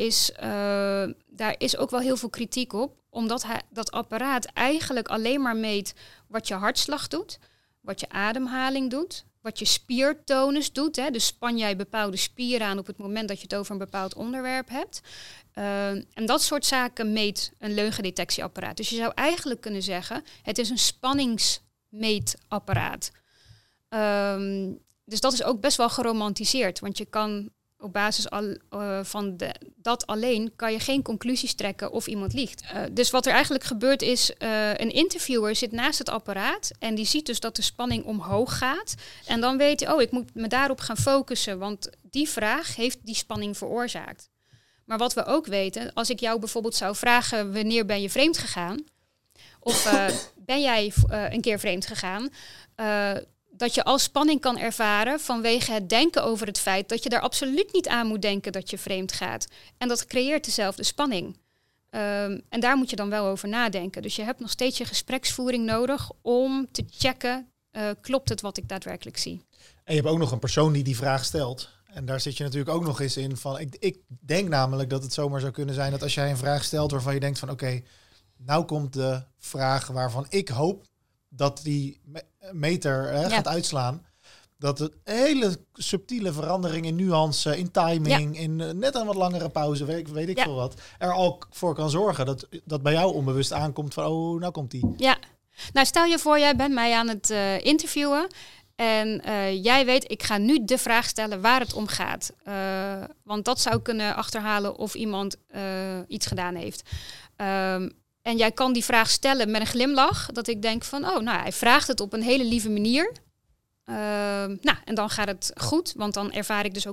A: is ook wel heel veel kritiek op. Omdat dat apparaat eigenlijk alleen maar meet wat je hartslag doet, wat je ademhaling doet, wat je spiertonus doet. Hè. Dus span jij bepaalde spieren aan op het moment dat je het over een bepaald onderwerp hebt. En dat soort zaken meet een leugendetectieapparaat. Dus je zou eigenlijk kunnen zeggen, het is een spanningsmeetapparaat. Dus dat is ook best wel geromantiseerd. Want je kan op basis van dat alleen kan je geen conclusies trekken of iemand liegt. Dus wat er eigenlijk gebeurt is, een interviewer zit naast het apparaat en die ziet dus dat de spanning omhoog gaat. En dan weet hij, ik moet me daarop gaan focussen, want die vraag heeft die spanning veroorzaakt. Maar wat we ook weten, als ik jou bijvoorbeeld zou vragen, wanneer ben je vreemd gegaan? Of ben jij een keer vreemd gegaan? Dat je al spanning kan ervaren vanwege het denken over het feit dat je daar absoluut niet aan moet denken dat je vreemd gaat. En dat creëert dezelfde spanning. En daar moet je dan wel over nadenken. Dus je hebt nog steeds je gespreksvoering nodig om te checken, klopt het wat ik daadwerkelijk zie?
D: En je hebt ook nog een persoon die vraag stelt. En daar zit je natuurlijk ook nog eens in van, ik denk namelijk dat het zomaar zou kunnen zijn dat als jij een vraag stelt waarvan je denkt van oké, nou komt de vraag waarvan ik hoop dat die meter gaat uitslaan. Dat het hele subtiele verandering in nuance, in timing, in net een wat langere pauze, weet ik veel wat, er al voor kan zorgen dat bij jou onbewust aankomt van, nou komt die.
A: Ja, nou stel je voor, jij bent mij aan het interviewen en jij weet, ik ga nu de vraag stellen waar het om gaat. Want dat zou kunnen achterhalen of iemand iets gedaan heeft. En jij kan die vraag stellen met een glimlach. Dat ik denk van, hij vraagt het op een hele lieve manier. En dan gaat het goed. Want dan ervaar ik dus ook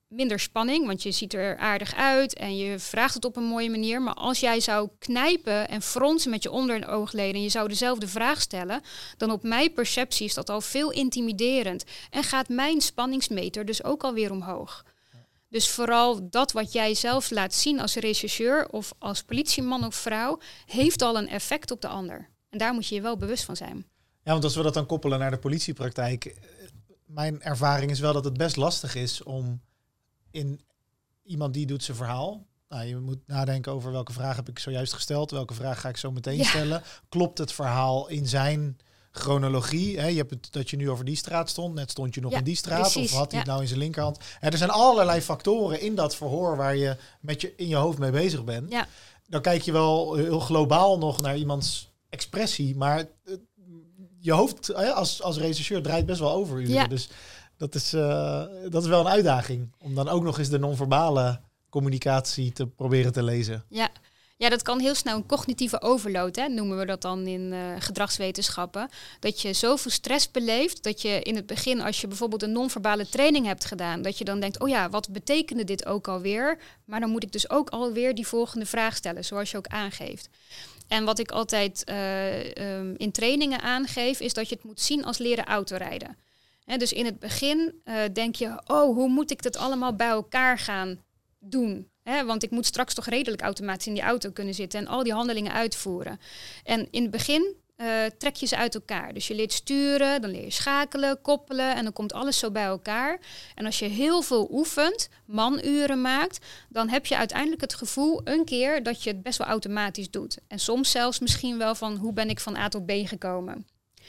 A: minder spanning, want je ziet er aardig uit en je vraagt het op een mooie manier. Maar als jij zou knijpen en fronsen met je onderoogleden en je zou dezelfde vraag stellen, dan op mijn perceptie is dat al veel intimiderend. En gaat mijn spanningsmeter dus ook alweer omhoog. Dus vooral dat wat jij zelf laat zien als rechercheur of als politieman of vrouw, heeft al een effect op de ander. En daar moet je je wel bewust van zijn.
D: Ja, want als we dat dan koppelen naar de politiepraktijk, mijn ervaring is wel dat het best lastig is om in iemand die doet zijn verhaal. Nou, je moet nadenken over welke vraag heb ik zojuist gesteld, welke vraag ga ik zo meteen stellen. Klopt het verhaal in zijn chronologie? Hè? Je hebt het dat je nu over die straat stond, net stond je nog in die straat, precies, of had hij het nou in zijn linkerhand? Er zijn allerlei factoren in dat verhoor waar je in je hoofd mee bezig bent. Ja. Dan kijk je wel heel globaal nog naar iemands expressie, maar je hoofd als rechercheur draait best wel over uren. Ja. Dus dat is wel een uitdaging om dan ook nog eens de non-verbale communicatie te proberen te lezen.
A: Ja, dat kan heel snel een cognitieve overload, noemen we dat dan in gedragswetenschappen. Dat je zoveel stress beleeft dat je in het begin, als je bijvoorbeeld een non-verbale training hebt gedaan, dat je dan denkt, oh ja, wat betekende dit ook alweer? Maar dan moet ik dus ook alweer die volgende vraag stellen, zoals je ook aangeeft. En wat ik altijd in trainingen aangeef, is dat je het moet zien als leren autorijden. Dus in het begin denk je, hoe moet ik dat allemaal bij elkaar gaan doen? Want ik moet straks toch redelijk automatisch in die auto kunnen zitten en al die handelingen uitvoeren. En in het begin trek je ze uit elkaar. Dus je leert sturen, dan leer je schakelen, koppelen en dan komt alles zo bij elkaar. En als je heel veel oefent, manuren maakt, dan heb je uiteindelijk het gevoel een keer dat je het best wel automatisch doet. En soms zelfs misschien wel van hoe ben ik van A tot B gekomen.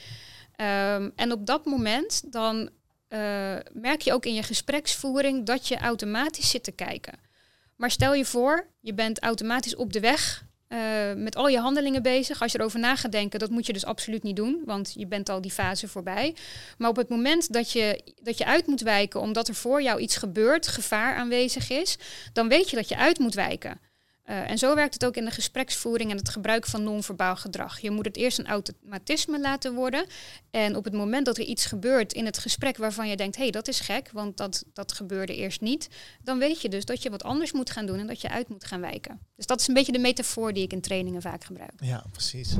A: En op dat moment dan merk je ook in je gespreksvoering dat je automatisch zit te kijken. Maar stel je voor, je bent automatisch op de weg met al je handelingen bezig. Als je erover na gaat denken, dat moet je dus absoluut niet doen, want je bent al die fase voorbij. Maar op het moment dat je uit moet wijken omdat er voor jou iets gebeurt, gevaar aanwezig is, dan weet je dat je uit moet wijken. En zo werkt het ook in de gespreksvoering en het gebruik van non-verbaal gedrag. Je moet het eerst een automatisme laten worden. En op het moment dat er iets gebeurt in het gesprek waarvan je denkt, dat is gek, want dat gebeurde eerst niet. Dan weet je dus dat je wat anders moet gaan doen en dat je uit moet gaan wijken. Dus dat is een beetje de metafoor die ik in trainingen vaak gebruik.
D: Ja, precies.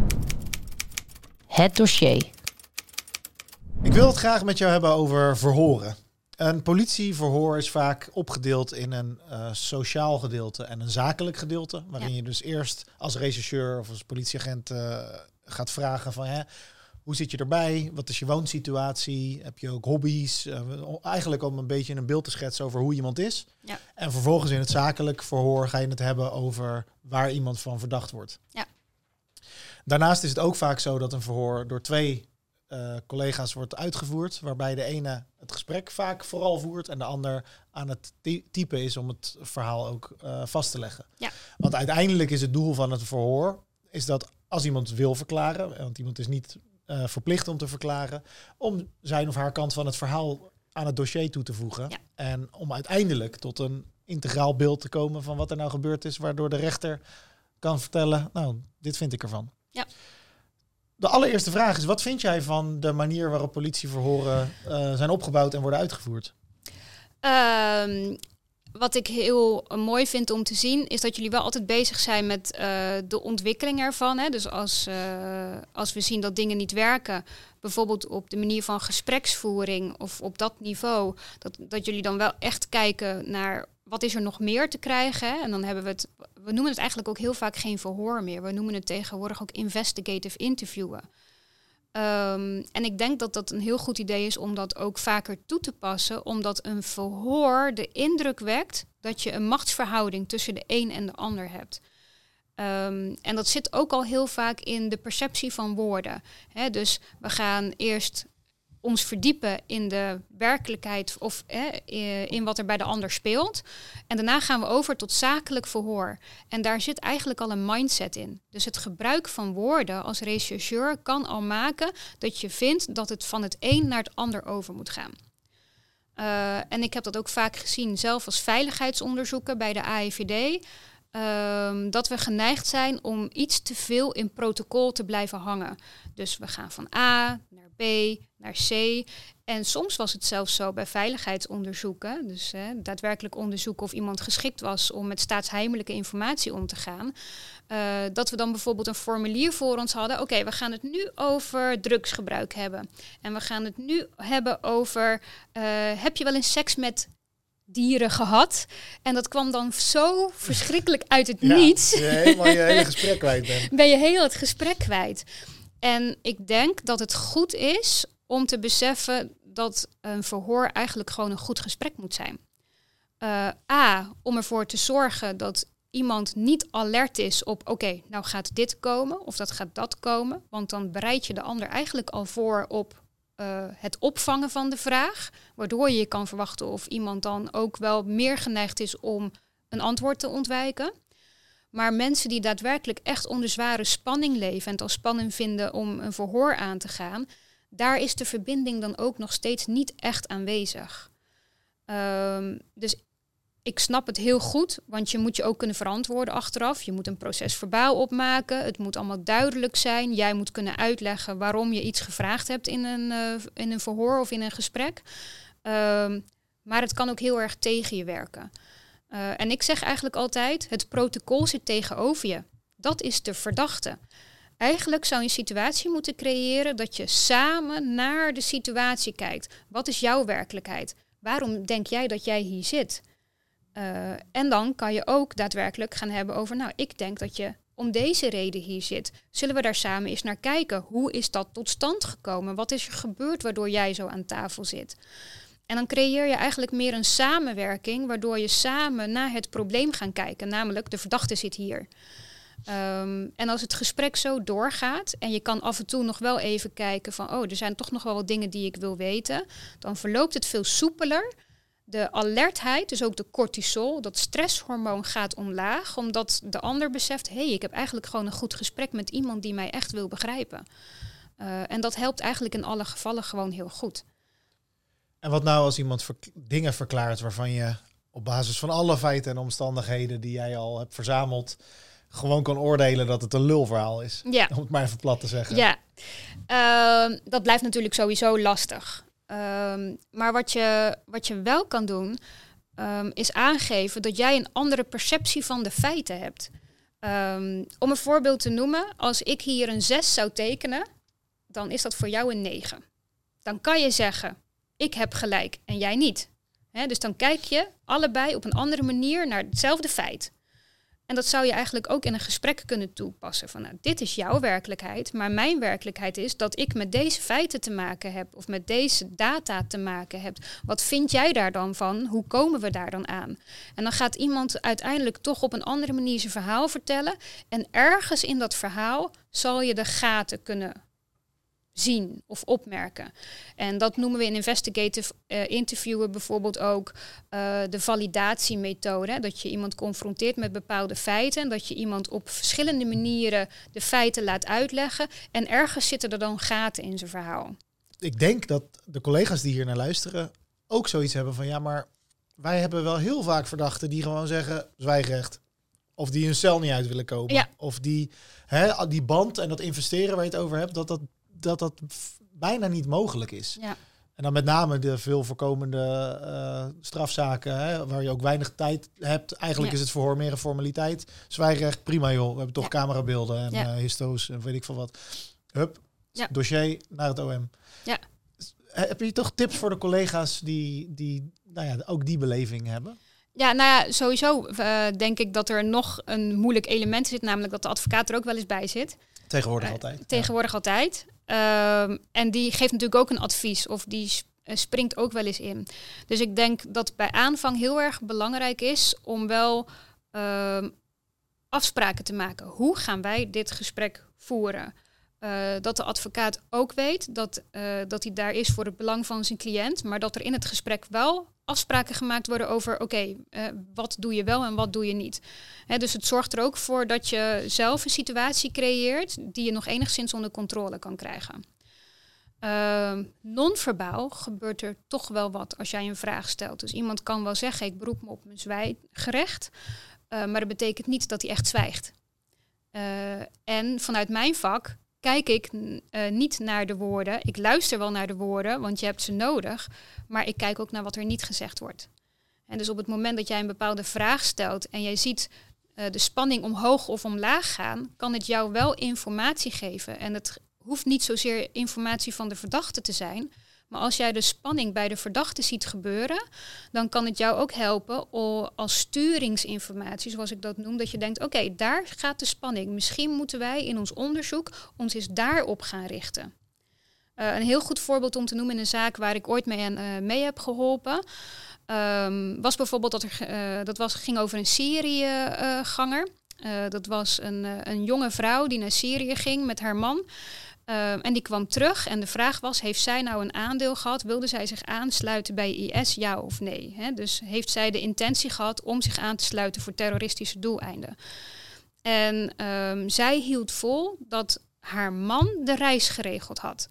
C: Het dossier.
D: Ik wil het graag met jou hebben over verhoren. Een politieverhoor is vaak opgedeeld in een sociaal gedeelte en een zakelijk gedeelte. Waarin je dus eerst als rechercheur of als politieagent gaat vragen van hoe zit je erbij? Wat is je woonsituatie? Heb je ook hobby's? Eigenlijk om een beetje een beeld te schetsen over hoe iemand is. Ja. En vervolgens in het zakelijk verhoor ga je het hebben over waar iemand van verdacht wordt. Ja. Daarnaast is het ook vaak zo dat een verhoor door twee collega's wordt uitgevoerd, waarbij de ene het gesprek vaak vooral voert en de ander aan het typen is om het verhaal ook vast te leggen. Ja. Want uiteindelijk is het doel van het verhoor is dat als iemand wil verklaren, want iemand is niet verplicht om te verklaren, om zijn of haar kant van het verhaal aan het dossier toe te voegen. Ja. En om uiteindelijk tot een integraal beeld te komen van wat er nou gebeurd is, waardoor de rechter kan vertellen, nou, dit vind ik ervan. Ja. De allereerste vraag is, wat vind jij van de manier waarop politieverhoren zijn opgebouwd en worden uitgevoerd?
A: Wat ik heel mooi vind om te zien, is dat jullie wel altijd bezig zijn met de ontwikkeling ervan. Hè? Dus als we zien dat dingen niet werken, bijvoorbeeld op de manier van gespreksvoering of op dat niveau, dat jullie dan wel echt kijken naar wat is er nog meer te krijgen. Hè? En dan hebben we noemen het eigenlijk ook heel vaak geen verhoor meer. We noemen het tegenwoordig ook investigative interviewen. En ik denk dat dat een heel goed idee is om dat ook vaker toe te passen, omdat een verhoor de indruk wekt dat je een machtsverhouding tussen de een en de ander hebt. En dat zit ook al heel vaak in de perceptie van woorden. Dus we gaan eerst ons verdiepen in de werkelijkheid of in wat er bij de ander speelt. En daarna gaan we over tot zakelijk verhoor. En daar zit eigenlijk al een mindset in. Dus het gebruik van woorden als rechercheur kan al maken dat je vindt dat het van het een naar het ander over moet gaan. En ik heb dat ook vaak gezien, zelf als veiligheidsonderzoeker bij de AIVD. Dat we geneigd zijn om iets te veel in protocol te blijven hangen. Dus we gaan van A naar B naar C. En soms was het zelfs zo bij veiligheidsonderzoeken, dus daadwerkelijk onderzoeken of iemand geschikt was om met staatsheimelijke informatie om te gaan, dat we dan bijvoorbeeld een formulier voor ons hadden. Oké, we gaan het nu over drugsgebruik hebben. En we gaan het nu hebben over, heb je wel eens seks met dieren gehad? En dat kwam dan zo verschrikkelijk uit het niets.
D: Ja, helemaal je hele gesprek kwijt bent.
A: Ben je heel het gesprek kwijt. En ik denk dat het goed is om te beseffen dat een verhoor eigenlijk gewoon een goed gesprek moet zijn. Om ervoor te zorgen dat iemand niet alert is op, oké, nou gaat dit komen of dat gaat dat komen. Want dan bereid je de ander eigenlijk al voor op het opvangen van de vraag. Waardoor je kan verwachten of iemand dan ook wel meer geneigd is om een antwoord te ontwijken. Maar mensen die daadwerkelijk echt onder zware spanning leven en het als spannend vinden om een verhoor aan te gaan, daar is de verbinding dan ook nog steeds niet echt aanwezig. Dus ik snap het heel goed, want je moet je ook kunnen verantwoorden achteraf. Je moet een proces verbaal opmaken. Het moet allemaal duidelijk zijn. Jij moet kunnen uitleggen waarom je iets gevraagd hebt in een verhoor of in een gesprek. Maar het kan ook heel erg tegen je werken. En ik zeg eigenlijk altijd, het protocol zit tegenover je. Dat is de verdachte. Eigenlijk zou je een situatie moeten creëren dat je samen naar de situatie kijkt. Wat is jouw werkelijkheid? Waarom denk jij dat jij hier zit? En dan kan je ook daadwerkelijk gaan hebben over, nou, ik denk dat je om deze reden hier zit. Zullen we daar samen eens naar kijken? Hoe is dat tot stand gekomen? Wat is er gebeurd waardoor jij zo aan tafel zit? En dan creëer je eigenlijk meer een samenwerking, waardoor je samen naar het probleem gaan kijken. Namelijk, de verdachte zit hier. En als het gesprek zo doorgaat en je kan af en toe nog wel even kijken van, er zijn toch nog wel wat dingen die ik wil weten, dan verloopt het veel soepeler. De alertheid, dus ook de cortisol, dat stresshormoon gaat omlaag, omdat de ander beseft, ik heb eigenlijk gewoon een goed gesprek met iemand die mij echt wil begrijpen. En dat helpt eigenlijk in alle gevallen gewoon heel goed.
D: En wat nou als iemand dingen verklaart waarvan je op basis van alle feiten en omstandigheden die jij al hebt verzameld, gewoon kan oordelen dat het een lulverhaal is?
A: Ja.
D: Om het maar even plat te zeggen.
A: Ja, dat blijft natuurlijk sowieso lastig. Maar wat je wel kan doen, is aangeven dat jij een andere perceptie van de feiten hebt. Om een voorbeeld te noemen, als ik hier een 6 zou tekenen, dan is dat voor jou een 9. Dan kan je zeggen, ik heb gelijk en jij niet. Dus dan kijk je allebei op een andere manier naar hetzelfde feit. En dat zou je eigenlijk ook in een gesprek kunnen toepassen. Van, nou, dit is jouw werkelijkheid, maar mijn werkelijkheid is dat ik met deze feiten te maken heb of met deze data te maken heb. Wat vind jij daar dan van? Hoe komen we daar dan aan? En dan gaat iemand uiteindelijk toch op een andere manier zijn verhaal vertellen. En ergens in dat verhaal zal je de gaten kunnen zien of opmerken. En dat noemen we in investigative interviewen bijvoorbeeld ook de validatiemethode. Dat je iemand confronteert met bepaalde feiten. Dat je iemand op verschillende manieren de feiten laat uitleggen. En ergens zitten er dan gaten in zijn verhaal.
D: Ik denk dat de collega's die hier naar luisteren ook zoiets hebben van, ja, maar wij hebben wel heel vaak verdachten die gewoon zeggen zwijgrecht. Of die hun cel niet uit willen komen.
A: Ja.
D: Of die band en dat investeren waar je het over hebt, dat bijna niet mogelijk is.
A: Ja.
D: En dan met name de veel voorkomende strafzaken, waar je ook weinig tijd hebt. Eigenlijk is het verhoor meer een formaliteit. Zwijgrecht, prima joh. We hebben toch camerabeelden en histo's en weet ik veel wat. Hup, dossier naar het OM.
A: Ja.
D: Heb je toch tips voor de collega's die ook die beleving hebben?
A: Ja, nou ja, sowieso denk ik dat er nog een moeilijk element zit. Namelijk dat de advocaat er ook wel eens bij zit.
D: Tegenwoordig altijd.
A: Tegenwoordig altijd. En die geeft natuurlijk ook een advies of die springt ook wel eens in. Dus ik denk dat bij aanvang heel erg belangrijk is om wel afspraken te maken. Hoe gaan wij dit gesprek voeren? Dat de advocaat ook weet dat hij daar is voor het belang van zijn cliënt. Maar dat er in het gesprek wel afspraken gemaakt worden over wat doe je wel en wat doe je niet. Dus het zorgt er ook voor dat je zelf een situatie creëert die je nog enigszins onder controle kan krijgen. Non-verbaal gebeurt er toch wel wat als jij een vraag stelt. Dus iemand kan wel zeggen, ik beroep me op mijn zwijgerecht. Maar dat betekent niet dat hij echt zwijgt. En vanuit mijn vak kijk ik niet naar de woorden. Ik luister wel naar de woorden, want je hebt ze nodig. Maar ik kijk ook naar wat er niet gezegd wordt. En dus op het moment dat jij een bepaalde vraag stelt en jij ziet de spanning omhoog of omlaag gaan, kan het jou wel informatie geven. En het hoeft niet zozeer informatie van de verdachte te zijn. Maar als jij de spanning bij de verdachte ziet gebeuren, dan kan het jou ook helpen als sturingsinformatie, zoals ik dat noem, dat je denkt, oké, daar gaat de spanning. Misschien moeten wij in ons onderzoek ons eens daarop gaan richten. Een heel goed voorbeeld om te noemen in een zaak waar ik ooit mee heb geholpen, was bijvoorbeeld ging over een Syriëganger. Dat was een jonge vrouw die naar Syrië ging met haar man. En die kwam terug en de vraag was, heeft zij nou een aandeel gehad? Wilde zij zich aansluiten bij IS, ja of nee? Dus heeft zij de intentie gehad om zich aan te sluiten voor terroristische doeleinden? En zij hield vol dat haar man de reis geregeld had.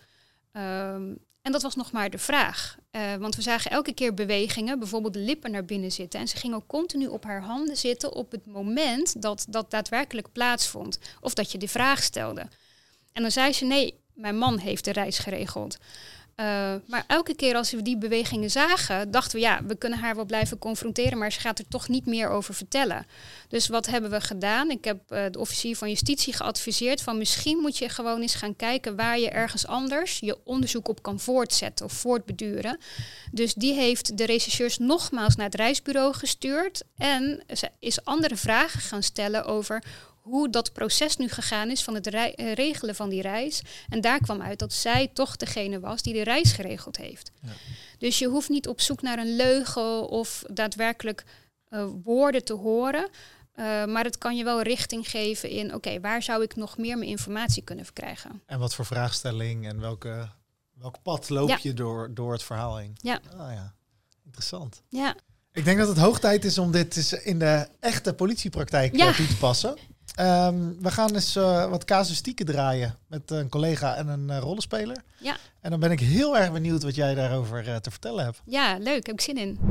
A: En dat was nog maar de vraag. Want we zagen elke keer bewegingen, bijvoorbeeld de lippen naar binnen zitten. En ze ging ook continu op haar handen zitten op het moment dat dat daadwerkelijk plaatsvond. Of dat je de vraag stelde. En dan zei ze, nee, mijn man heeft de reis geregeld. Maar elke keer als we die bewegingen zagen, dachten we, ja, we kunnen haar wel blijven confronteren, maar ze gaat er toch niet meer over vertellen. Dus wat hebben we gedaan? Ik heb de officier van justitie geadviseerd van misschien moet je gewoon eens gaan kijken waar je ergens anders je onderzoek op kan voortzetten of voortbeduren. Dus die heeft de rechercheurs nogmaals naar het reisbureau gestuurd en ze is andere vragen gaan stellen over hoe dat proces nu gegaan is van het regelen van die reis. En daar kwam uit dat zij toch degene was die de reis geregeld heeft. Ja. Dus je hoeft niet op zoek naar een leugen of daadwerkelijk woorden te horen. Maar het kan je wel richting geven in, oké, waar zou ik nog meer mijn informatie kunnen verkrijgen? En
D: wat voor vraagstelling en welk pad loop je door het verhaal heen?
A: Ja.
D: Ah, ja. Interessant.
A: Ja.
D: Ik denk dat het hoog tijd is om dit in de echte politiepraktijk toe te passen. We gaan eens wat casuïstieken draaien met een collega en een rollenspeler.
A: Ja.
D: En dan ben ik heel erg benieuwd wat jij daarover te vertellen hebt.
A: Ja, leuk. Heb ik zin in.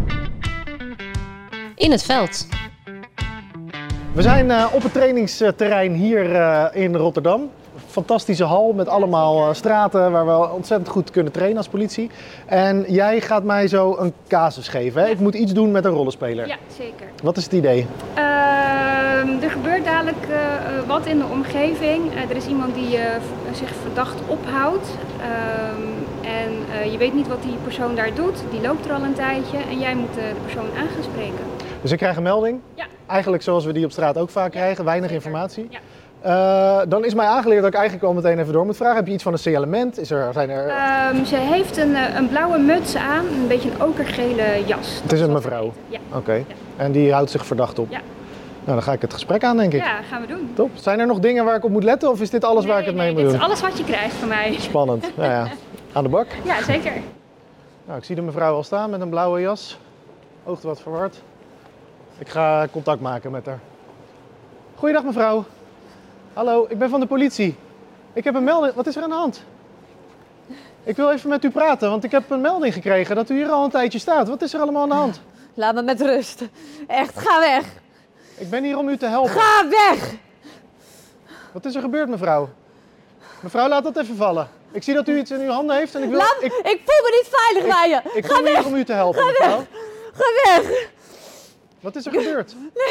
C: In het veld.
D: We zijn op het trainingsterrein hier in Rotterdam. Fantastische hal met allemaal straten waar we ontzettend goed kunnen trainen als politie. En jij gaat mij zo een casus geven. Hè? Ja. Ik moet iets doen met een rollenspeler.
A: Ja, zeker.
D: Wat is het idee?
A: Er gebeurt dadelijk wat in de omgeving. Er is iemand die zich verdacht ophoudt. En je weet niet wat die persoon daar doet. Die loopt er al een tijdje en jij moet de persoon aan gaan spreken. Dus ik krijg een melding? Ja. Eigenlijk zoals we die op straat ook vaak krijgen, weinig informatie. Ja. Dan is mij aangeleerd dat ik eigenlijk al meteen even door moet vragen. Heb je iets van een signalement? Ze heeft een blauwe muts aan, een beetje een okergele jas. Het is een mevrouw? Ja. Oké. Ja. En die houdt zich verdacht op? Ja. Nou, dan ga ik het gesprek aan, denk ik. Ja, gaan we doen. Top. Zijn er nog dingen waar ik op moet letten of is dit alles waar ik het mee moet doen? Dit is alles wat je krijgt van mij. Spannend. Nou ja, aan de bak? Ja, zeker. Nou, ik zie de mevrouw al staan met een blauwe jas. Oogt wat verward. Ik ga contact maken met haar. Goeiedag mevrouw. Hallo, ik ben van de politie. Ik heb een melding. Wat is er aan de hand? Ik wil even met u praten, want ik heb een melding gekregen dat u hier al een tijdje staat. Wat is er allemaal aan de hand?
F: Laat me met rust. Echt, ga weg.
D: Ik ben hier om u te helpen.
F: Ga weg!
D: Wat is er gebeurd, mevrouw? Mevrouw, laat dat even vallen. Ik zie dat u iets in uw handen heeft en ik wil...
F: Ik voel me niet veilig bij je.
D: Ik kom hier om u te helpen, mevrouw.
F: Ga weg!
D: Wat is er gebeurd?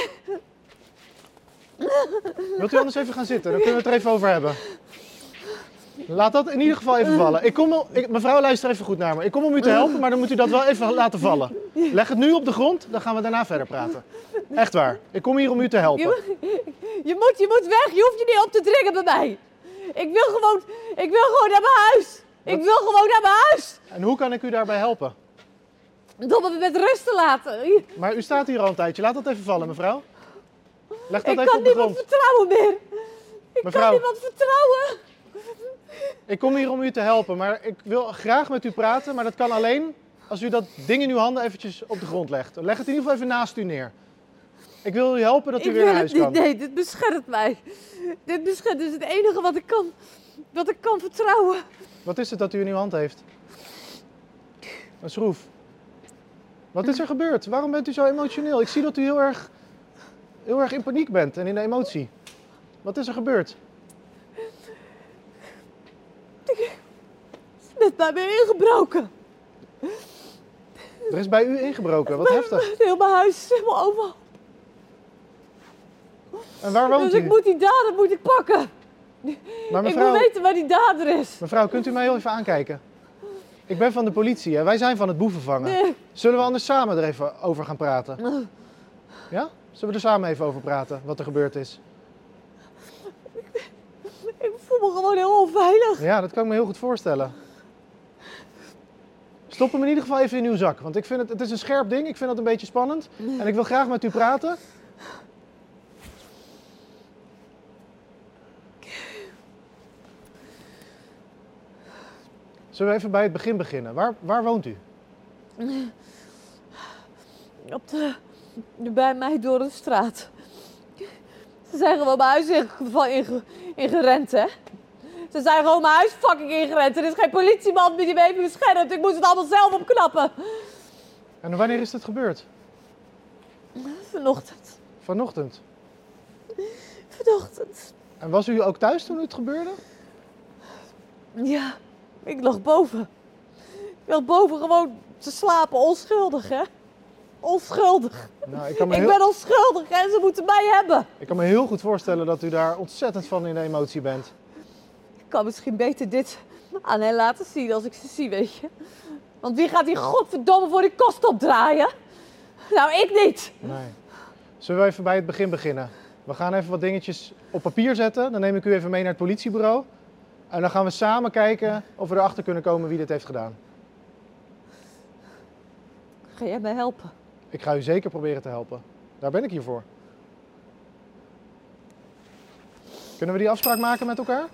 D: Wilt u anders even gaan zitten? Dan kunnen we het er even over hebben. Laat dat in ieder geval even vallen. Mevrouw, luister even goed naar me. Ik kom om u te helpen, maar dan moet u dat wel even laten vallen. Leg het nu op de grond, dan gaan we daarna verder praten. Echt waar. Ik kom hier om u te helpen.
F: Je moet weg. Je hoeft je niet op te dringen bij mij. Ik wil gewoon naar mijn huis. Ik wil gewoon naar mijn huis.
D: En hoe kan ik u daarbij helpen?
F: Door me met rust te laten.
D: Maar u staat hier al een tijdje. Laat dat even vallen, mevrouw. Leg dat
F: ik
D: even
F: kan
D: op de grond.
F: niemand vertrouwen meer. Ik kan niemand vertrouwen.
D: Ik kom hier om u te helpen, maar ik wil graag met u praten. Maar dat kan alleen als u dat ding in uw handen eventjes op de grond legt. Leg het in ieder geval even naast u neer. Ik wil u helpen dat u weer naar huis kan.
F: Nee, dit beschermt mij. Dit is het enige wat ik kan vertrouwen.
D: Wat is het dat u in uw hand heeft? Een schroef. Wat is er gebeurd? Waarom bent u zo emotioneel? Ik zie dat u heel erg in paniek bent en in de emotie. Wat is er gebeurd?
F: net bij me ingebroken.
G: Er is bij u ingebroken, wat heftig.
F: Heel mijn huis is helemaal overal.
G: En waar woont
F: Dus
G: u?
F: ik moet die dader pakken.
G: Maar
F: Ik moet weten waar die dader is.
G: mevrouw, kunt u mij heel even aankijken? Ik ben van de politie, hè? Wij zijn van het boevenvangen.
F: Nee.
G: Zullen we anders samen er even over gaan praten? Ja? Zullen we er samen even over praten, wat er gebeurd is?
F: Ik voel me gewoon heel onveilig.
G: Ja, dat kan ik me heel goed voorstellen. Stop hem in ieder geval even in uw zak, want ik vind het is een scherp ding. Ik vind dat een beetje spannend. En ik wil graag met u praten. Zullen we even bij het begin beginnen? Waar woont u?
F: Bij mij door de straat. Ze zijn gewoon mijn huis ingerend, hè. Ze zijn gewoon mijn huis fucking ingerend. Er is geen politieman die me heeft beschermd. Ik moest het allemaal zelf opknappen.
G: En wanneer is dit gebeurd?
F: Vanochtend.
G: Vanochtend.
F: Vanochtend.
G: En was u ook thuis toen het gebeurde?
F: Ja, ik lag boven. Ik lag boven gewoon te slapen, onschuldig, hè. Onschuldig.
G: Nou, ik
F: Ik ben onschuldig en ze moeten mij hebben.
G: Ik kan me heel goed voorstellen dat u daar ontzettend van in de emotie bent.
F: Ik kan misschien beter dit aan hen laten zien als ik ze zie, weet je. Want wie gaat hier godverdomme voor die kost opdraaien? Nou, ik niet.
G: Nee. Zullen we even bij het begin beginnen? We gaan even wat dingetjes op papier zetten. Dan neem ik u even mee naar het politiebureau. En dan gaan we samen kijken of we erachter kunnen komen wie dit heeft gedaan.
F: Ga jij mij helpen?
G: Ik ga u zeker proberen te helpen. Daar ben ik hier voor. Kunnen we die afspraak maken met elkaar?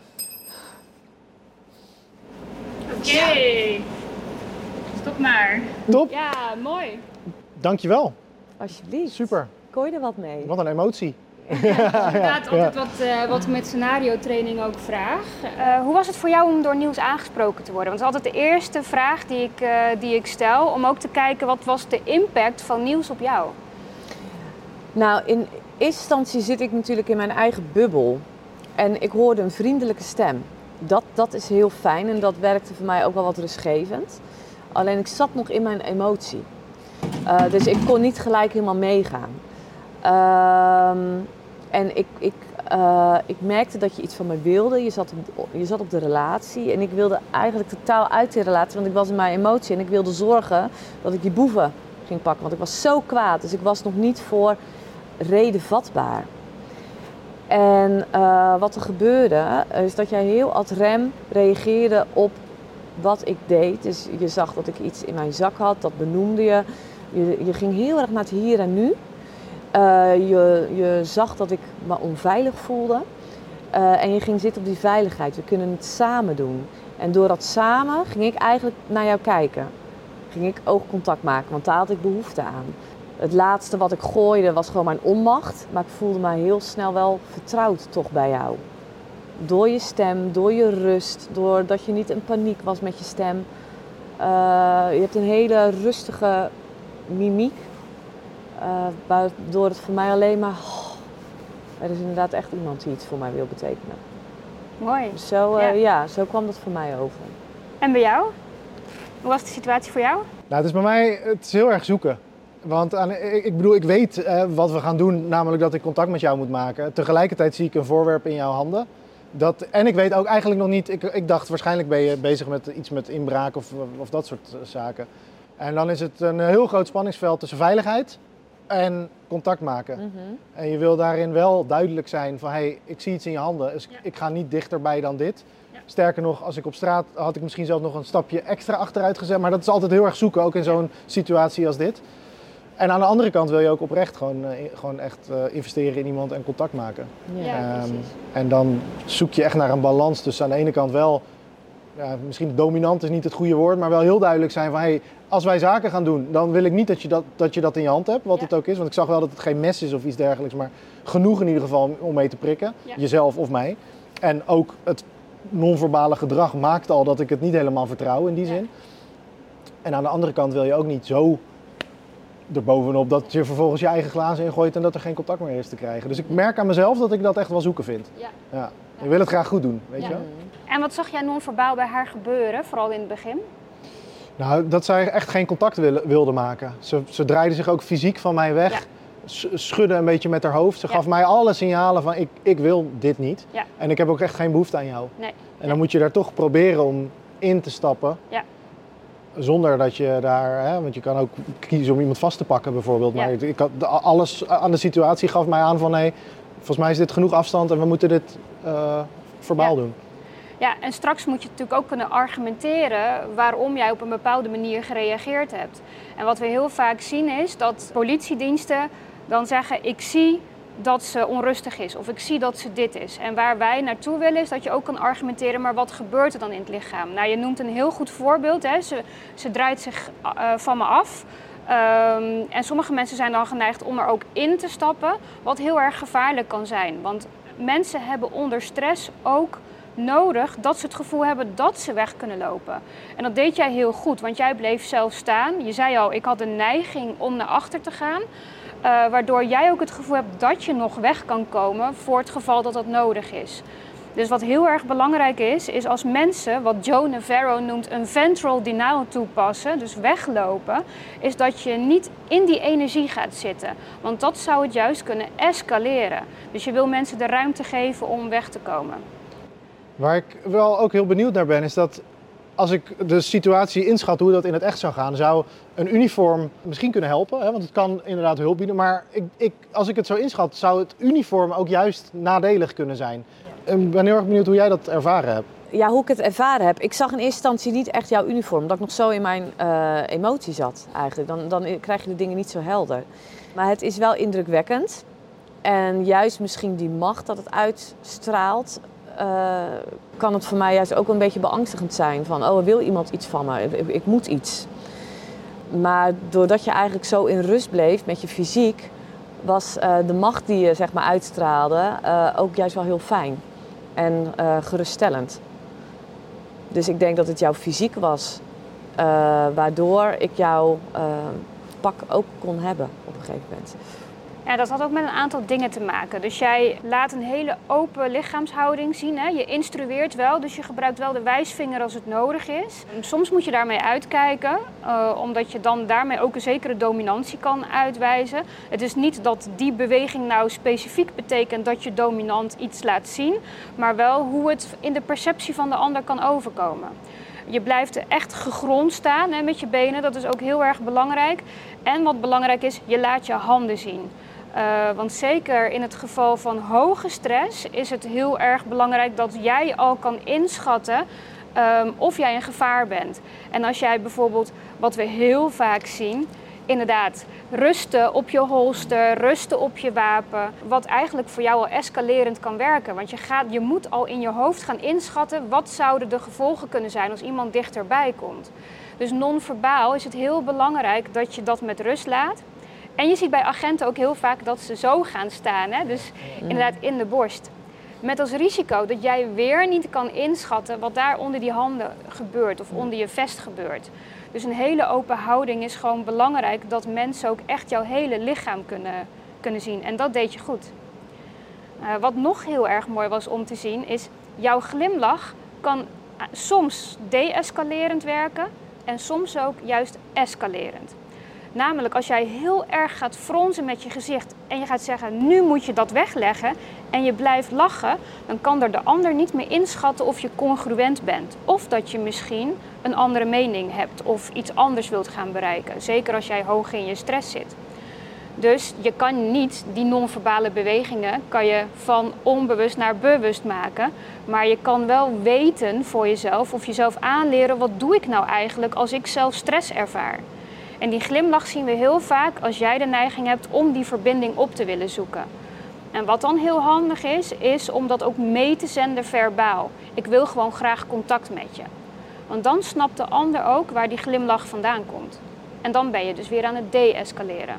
A: Oké. Stop maar.
G: Top,
A: Ja, mooi.
G: dankjewel.
F: Alsjeblieft.
G: Super.
F: Kon je er wat mee?
G: Wat een emotie.
A: Inderdaad, altijd wat ik met scenario training ook vraag. Hoe was het voor jou om door Niels aangesproken te worden? Want dat is altijd de eerste vraag die ik stel. Om ook te kijken, wat was de impact van Niels op jou?
F: Nou, in eerste instantie zit ik natuurlijk in mijn eigen bubbel. En ik hoorde een vriendelijke stem. Dat is heel fijn en dat werkte voor mij ook wel wat rustgevend. Alleen ik zat nog in mijn emotie. Dus ik kon niet gelijk helemaal meegaan. En ik merkte dat je iets van me wilde. Je zat op de relatie en ik wilde eigenlijk totaal uit die relatie. Want ik was in mijn emotie en ik wilde zorgen dat ik die boeven ging pakken. Want ik was zo kwaad, dus ik was nog niet voor reden vatbaar. En wat er gebeurde, is dat jij heel ad rem reageerde op wat ik deed. Dus je zag dat ik iets in mijn zak had, dat benoemde je. Je ging heel erg naar het hier en nu. Je zag dat ik me onveilig voelde. En je ging zitten op die veiligheid. We kunnen het samen doen. En door dat samen ging ik eigenlijk naar jou kijken. Ging ik oogcontact maken, want daar had ik behoefte aan. Het laatste wat ik gooide was gewoon mijn onmacht. Maar ik voelde me heel snel wel vertrouwd toch bij jou. Door je stem, door je rust, doordat je niet in paniek was met je stem. Je hebt een hele rustige mimiek. Waardoor het voor mij alleen maar... er is inderdaad echt iemand die iets voor mij wil betekenen.
A: Mooi.
F: Dus zo kwam dat voor mij over.
A: En bij jou? Hoe was de situatie voor jou?
G: Nou, het is bij mij heel erg zoeken. Want ik weet wat we gaan doen, namelijk dat ik contact met jou moet maken. Tegelijkertijd zie ik een voorwerp in jouw handen. En ik weet ook eigenlijk nog niet, ik dacht waarschijnlijk ben je bezig met iets met inbraak of dat soort zaken. En dan is het een heel groot spanningsveld tussen veiligheid en contact maken.
F: Mm-hmm.
G: En je wil daarin wel duidelijk zijn van hey, ik zie iets in je handen, dus ik ga niet dichterbij dan dit. Ja. Sterker nog, als ik op straat had ik misschien zelf nog een stapje extra achteruit gezet. Maar dat is altijd heel erg zoeken, ook in zo'n situatie als dit. En aan de andere kant wil je ook oprecht gewoon echt investeren in iemand en contact maken.
A: Ja, precies.
G: En dan zoek je echt naar een balans tussen aan de ene kant wel, misschien dominant is niet het goede woord, maar wel heel duidelijk zijn van hey, als wij zaken gaan doen, dan wil ik niet dat je dat in je hand hebt, wat het ook is. Want ik zag wel dat het geen mes is of iets dergelijks, maar genoeg in ieder geval om mee te prikken. Ja. Jezelf of mij. En ook het non-verbale gedrag maakt al dat ik het niet helemaal vertrouw in die zin. En aan de andere kant wil je ook niet zo erbovenop dat je vervolgens je eigen glazen ingooit en dat er geen contact meer is te krijgen. Dus ik merk aan mezelf dat ik dat echt wel zoeken vind. Ja. Ik wil het graag goed doen, weet je wel?
A: En wat zag jij non-verbaal bij haar gebeuren, vooral in het begin?
G: Nou, dat zij echt geen contact wilde maken. Ze draaide zich ook fysiek van mij weg. Ja. Schudde een beetje met haar hoofd. Ze gaf mij alle signalen van ik wil dit niet. Ja. En ik heb ook echt geen behoefte aan jou. Nee. En dan moet je daar toch proberen om in te stappen. Ja. Zonder dat je daar, want je kan ook kiezen om iemand vast te pakken bijvoorbeeld. Maar alles aan de situatie gaf mij aan van nee, volgens mij is dit genoeg afstand en we moeten dit verbaal doen.
A: Ja, en straks moet je natuurlijk ook kunnen argumenteren waarom jij op een bepaalde manier gereageerd hebt. En wat we heel vaak zien is dat politiediensten dan zeggen, ik zie dat ze onrustig is of ik zie dat ze dit is. En waar wij naartoe willen is dat je ook kan argumenteren, maar wat gebeurt er dan in het lichaam? Nou, je noemt een heel goed voorbeeld, hè? Ze draait zich van me af. En sommige mensen zijn dan geneigd om er ook in te stappen, wat heel erg gevaarlijk kan zijn. Want mensen hebben onder stress ook nodig dat ze het gevoel hebben dat ze weg kunnen lopen. En dat deed jij heel goed, want jij bleef zelf staan. Je zei al, ik had een neiging om naar achter te gaan. Waardoor jij ook het gevoel hebt dat je nog weg kan komen voor het geval dat dat nodig is. Dus wat heel erg belangrijk is als mensen, wat Joe Navarro noemt, een ventral denial toepassen, dus weglopen, is dat je niet in die energie gaat zitten. Want dat zou het juist kunnen escaleren. Dus je wil mensen de ruimte geven om weg te komen.
G: Waar ik wel ook heel benieuwd naar ben, is dat als ik de situatie inschat hoe dat in het echt zou gaan, zou een uniform misschien kunnen helpen. Hè? Want het kan inderdaad hulp bieden. Maar als ik het zo inschat, zou het uniform ook juist nadelig kunnen zijn. Ik ben heel erg benieuwd hoe jij dat ervaren hebt.
F: Ja, hoe ik het ervaren heb. Ik zag in eerste instantie niet echt jouw uniform. Dat ik nog zo in mijn emotie zat eigenlijk. Dan krijg je de dingen niet zo helder. Maar het is wel indrukwekkend. En juist misschien die macht dat het uitstraalt, kan het voor mij juist ook een beetje beangstigend zijn. Van, oh, wil iemand iets van me? Ik moet iets. Maar doordat je eigenlijk zo in rust bleef met je fysiek, was de macht die je zeg maar uitstraalde ook juist wel heel fijn. En geruststellend. Dus ik denk dat het jouw fysiek was, waardoor ik jouw pak ook kon hebben op een gegeven moment.
A: Ja, dat had ook met een aantal dingen te maken. Dus jij laat een hele open lichaamshouding zien. Hè? Je instrueert wel, dus je gebruikt wel de wijsvinger als het nodig is. Soms moet je daarmee uitkijken, omdat je dan daarmee ook een zekere dominantie kan uitwijzen. Het is niet dat die beweging nou specifiek betekent dat je dominant iets laat zien, maar wel hoe het in de perceptie van de ander kan overkomen. Je blijft echt gegrond staan hè, met je benen, dat is ook heel erg belangrijk. En wat belangrijk is, je laat je handen zien. Want zeker in het geval van hoge stress is het heel erg belangrijk dat jij al kan inschatten of jij een gevaar bent. En als jij bijvoorbeeld, wat we heel vaak zien, inderdaad rusten op je holster, rusten op je wapen, wat eigenlijk voor jou al escalerend kan werken. Want je moet al in je hoofd gaan inschatten wat zouden de gevolgen kunnen zijn als iemand dichterbij komt. Dus non-verbaal is het heel belangrijk dat je dat met rust laat. En je ziet bij agenten ook heel vaak dat ze zo gaan staan, hè? Dus inderdaad in de borst. Met als risico dat jij weer niet kan inschatten wat daar onder die handen gebeurt of onder je vest gebeurt. Dus een hele open houding is gewoon belangrijk dat mensen ook echt jouw hele lichaam kunnen zien. En dat deed je goed. Wat nog heel erg mooi was om te zien is, jouw glimlach kan soms de-escalerend werken en soms ook juist escalerend. Namelijk als jij heel erg gaat fronsen met je gezicht en je gaat zeggen, nu moet je dat wegleggen en je blijft lachen, dan kan er de ander niet meer inschatten of je congruent bent. Of dat je misschien een andere mening hebt of iets anders wilt gaan bereiken. Zeker als jij hoog in je stress zit. Dus je kan niet die non-verbale bewegingen kan je van onbewust naar bewust maken. Maar je kan wel weten voor jezelf of jezelf aanleren, wat doe ik nou eigenlijk als ik zelf stress ervaar. En die glimlach zien we heel vaak als jij de neiging hebt om die verbinding op te willen zoeken. En wat dan heel handig is om dat ook mee te zenden verbaal. Ik wil gewoon graag contact met je. Want dan snapt de ander ook waar die glimlach vandaan komt. En dan ben je dus weer aan het de-escaleren.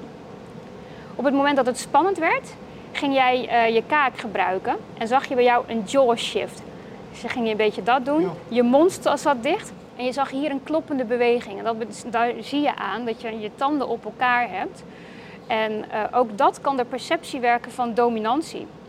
A: Op het moment dat het spannend werd, ging jij je kaak gebruiken en zag je bij jou een jaw shift. Dus dan ging je een beetje dat doen. Je mond zat dicht. En je zag hier een kloppende beweging. En daar zie je aan dat je je tanden op elkaar hebt. En ook dat kan de perceptie werken van dominantie.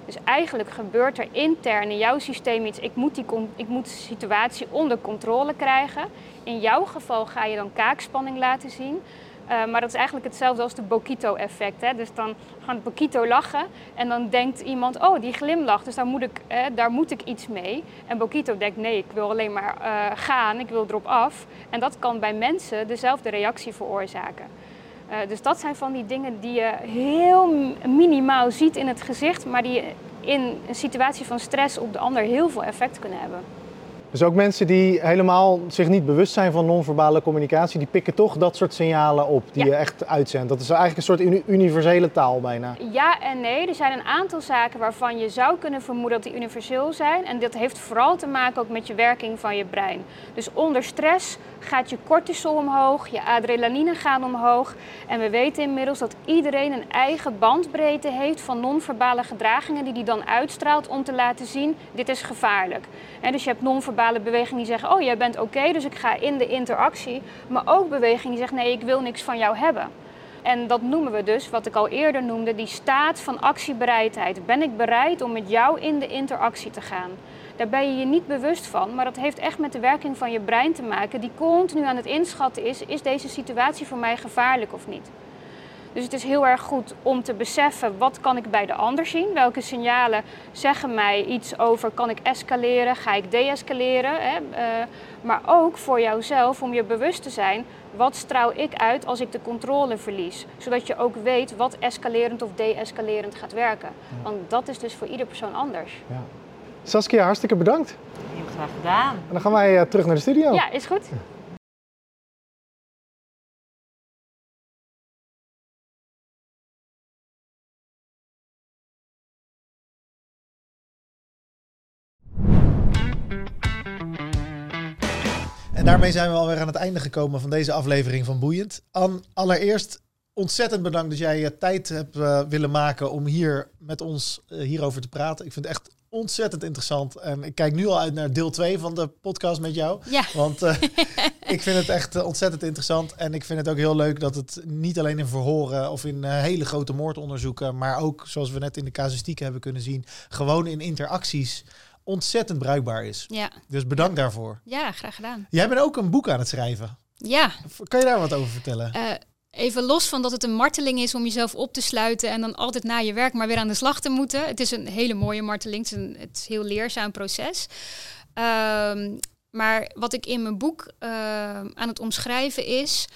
A: Dus eigenlijk gebeurt er intern in jouw systeem iets. Ik moet de situatie onder controle krijgen. In jouw geval ga je dan kaakspanning laten zien. Maar dat is eigenlijk hetzelfde als de Bokito-effect. Hè? Dus dan gaat Bokito lachen en dan denkt iemand, oh, die glimlacht, dus daar moet ik iets mee. En Bokito denkt, nee, ik wil alleen maar gaan, ik wil erop af. En dat kan bij mensen dezelfde reactie veroorzaken. Dus dat zijn van die dingen die je heel minimaal ziet in het gezicht, maar die in een situatie van stress op de ander heel veel effect kunnen hebben.
G: Dus ook mensen die helemaal zich niet bewust zijn van non-verbale communicatie, die pikken toch dat soort signalen op die je echt uitzendt. Dat is eigenlijk een soort universele taal bijna.
A: Ja en nee. Er zijn een aantal zaken waarvan je zou kunnen vermoeden dat die universeel zijn. En dat heeft vooral te maken ook met je werking van je brein. Dus onder stress gaat je cortisol omhoog, je adrenaline gaat omhoog. En we weten inmiddels dat iedereen een eigen bandbreedte heeft van non-verbale gedragingen die dan uitstraalt om te laten zien, dit is gevaarlijk. En dus je hebt non-verbale bewegingen die zeggen, oh, jij bent oké, dus ik ga in de interactie. Maar ook bewegingen die zeggen, nee, ik wil niks van jou hebben. En dat noemen we dus, wat ik al eerder noemde, die staat van actiebereidheid. Ben ik bereid om met jou in de interactie te gaan? Daar ben je je niet bewust van, maar dat heeft echt met de werking van je brein te maken, die continu aan het inschatten is deze situatie voor mij gevaarlijk of niet? Dus het is heel erg goed om te beseffen, wat kan ik bij de ander zien? Welke signalen zeggen mij iets over, kan ik escaleren, ga ik deescaleren? Maar ook voor jouzelf, om je bewust te zijn, wat straal ik uit als ik de controle verlies? Zodat je ook weet wat escalerend of deescalerend gaat werken. Want dat is dus voor ieder persoon anders.
G: Ja. Saskia, hartstikke bedankt.
F: Heel graag gedaan.
G: En dan gaan wij terug naar de studio.
A: Ja, is goed.
D: En daarmee zijn we alweer aan het einde gekomen van deze aflevering van Boeiend. Anne, allereerst ontzettend bedankt dat jij je tijd hebt willen maken om hier met ons hierover te praten. Ik vind het echt ontzettend interessant. En ik kijk nu al uit naar deel 2 van de podcast met jou.
A: Ja.
D: Want ik vind het echt ontzettend interessant. En ik vind het ook heel leuk dat het niet alleen in verhoren of in hele grote moordonderzoeken, maar ook, zoals we net in de casuïstiek hebben kunnen zien, gewoon in interacties ontzettend bruikbaar is.
A: Ja.
D: Dus bedankt daarvoor.
A: Ja, graag gedaan.
D: Jij bent ook een boek aan het schrijven.
A: Ja.
D: Kan je daar wat over vertellen?
A: Even los van dat het een marteling is om jezelf op te sluiten en dan altijd na je werk maar weer aan de slag te moeten. Het is een hele mooie marteling. Het is een heel leerzaam proces. Maar wat ik in mijn boek aan het omschrijven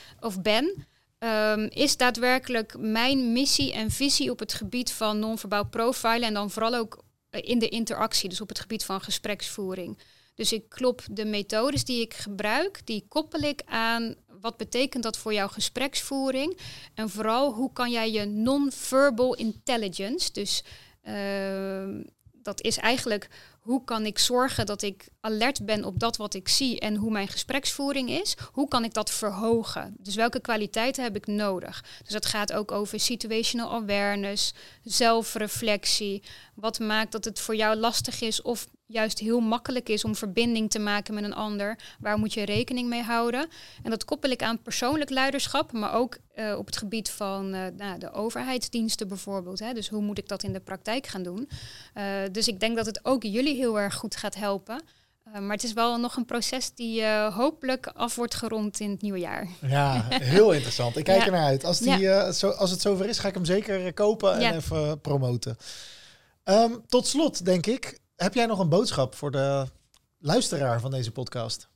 A: is daadwerkelijk mijn missie en visie op het gebied van non-verbaal profilen en dan vooral ook in de interactie, dus op het gebied van gespreksvoering. Dus ik klop de methodes die ik gebruik, die koppel ik aan wat betekent dat voor jouw gespreksvoering. En vooral hoe kan jij je non-verbal intelligence, dus dat is eigenlijk hoe kan ik zorgen dat ik alert ben op dat wat ik zie en hoe mijn gespreksvoering is. Hoe kan ik dat verhogen? Dus welke kwaliteiten heb ik nodig? Dus dat gaat ook over situational awareness, zelfreflectie. Wat maakt dat het voor jou lastig is of juist heel makkelijk is om verbinding te maken met een ander? Waar moet je rekening mee houden? En dat koppel ik aan persoonlijk leiderschap, maar ook op het gebied van de overheidsdiensten bijvoorbeeld. Hè? Dus hoe moet ik dat in de praktijk gaan doen? Dus ik denk dat het ook jullie heel erg goed gaat helpen. Maar het is wel nog een proces die hopelijk af wordt gerond in het nieuwe jaar.
D: Ja, heel interessant. Ik kijk er naar uit. Als het zover is, ga ik hem zeker kopen en even promoten. Tot slot, denk ik, heb jij nog een boodschap voor de luisteraar van deze podcast?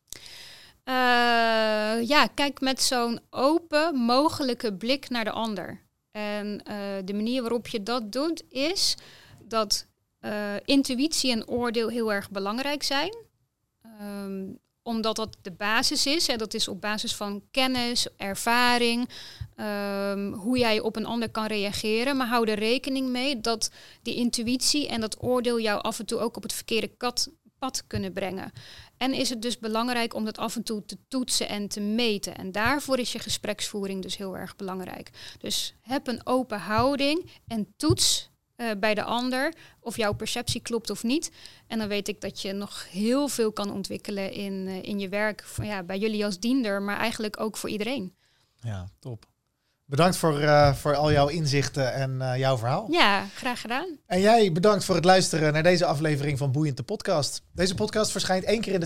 A: Kijk met zo'n open mogelijke blik naar de ander. En de manier waarop je dat doet is dat intuïtie en oordeel heel erg belangrijk zijn. Omdat dat de basis is. Hè, dat is op basis van kennis, ervaring, hoe jij op een ander kan reageren. Maar hou er rekening mee dat die intuïtie en dat oordeel jou af en toe ook op het verkeerde pad kunnen brengen. En is het dus belangrijk om dat af en toe te toetsen en te meten. En daarvoor is je gespreksvoering dus heel erg belangrijk. Dus heb een open houding en toets bij de ander of jouw perceptie klopt of niet. En dan weet ik dat je nog heel veel kan ontwikkelen in je werk. Bij jullie als diender, maar eigenlijk ook voor iedereen.
D: Ja, top. Bedankt voor al jouw inzichten en jouw verhaal.
A: Ja, graag gedaan.
D: En jij bedankt voor het luisteren naar deze aflevering van Boeiend de Podcast. Deze podcast verschijnt 1 keer in de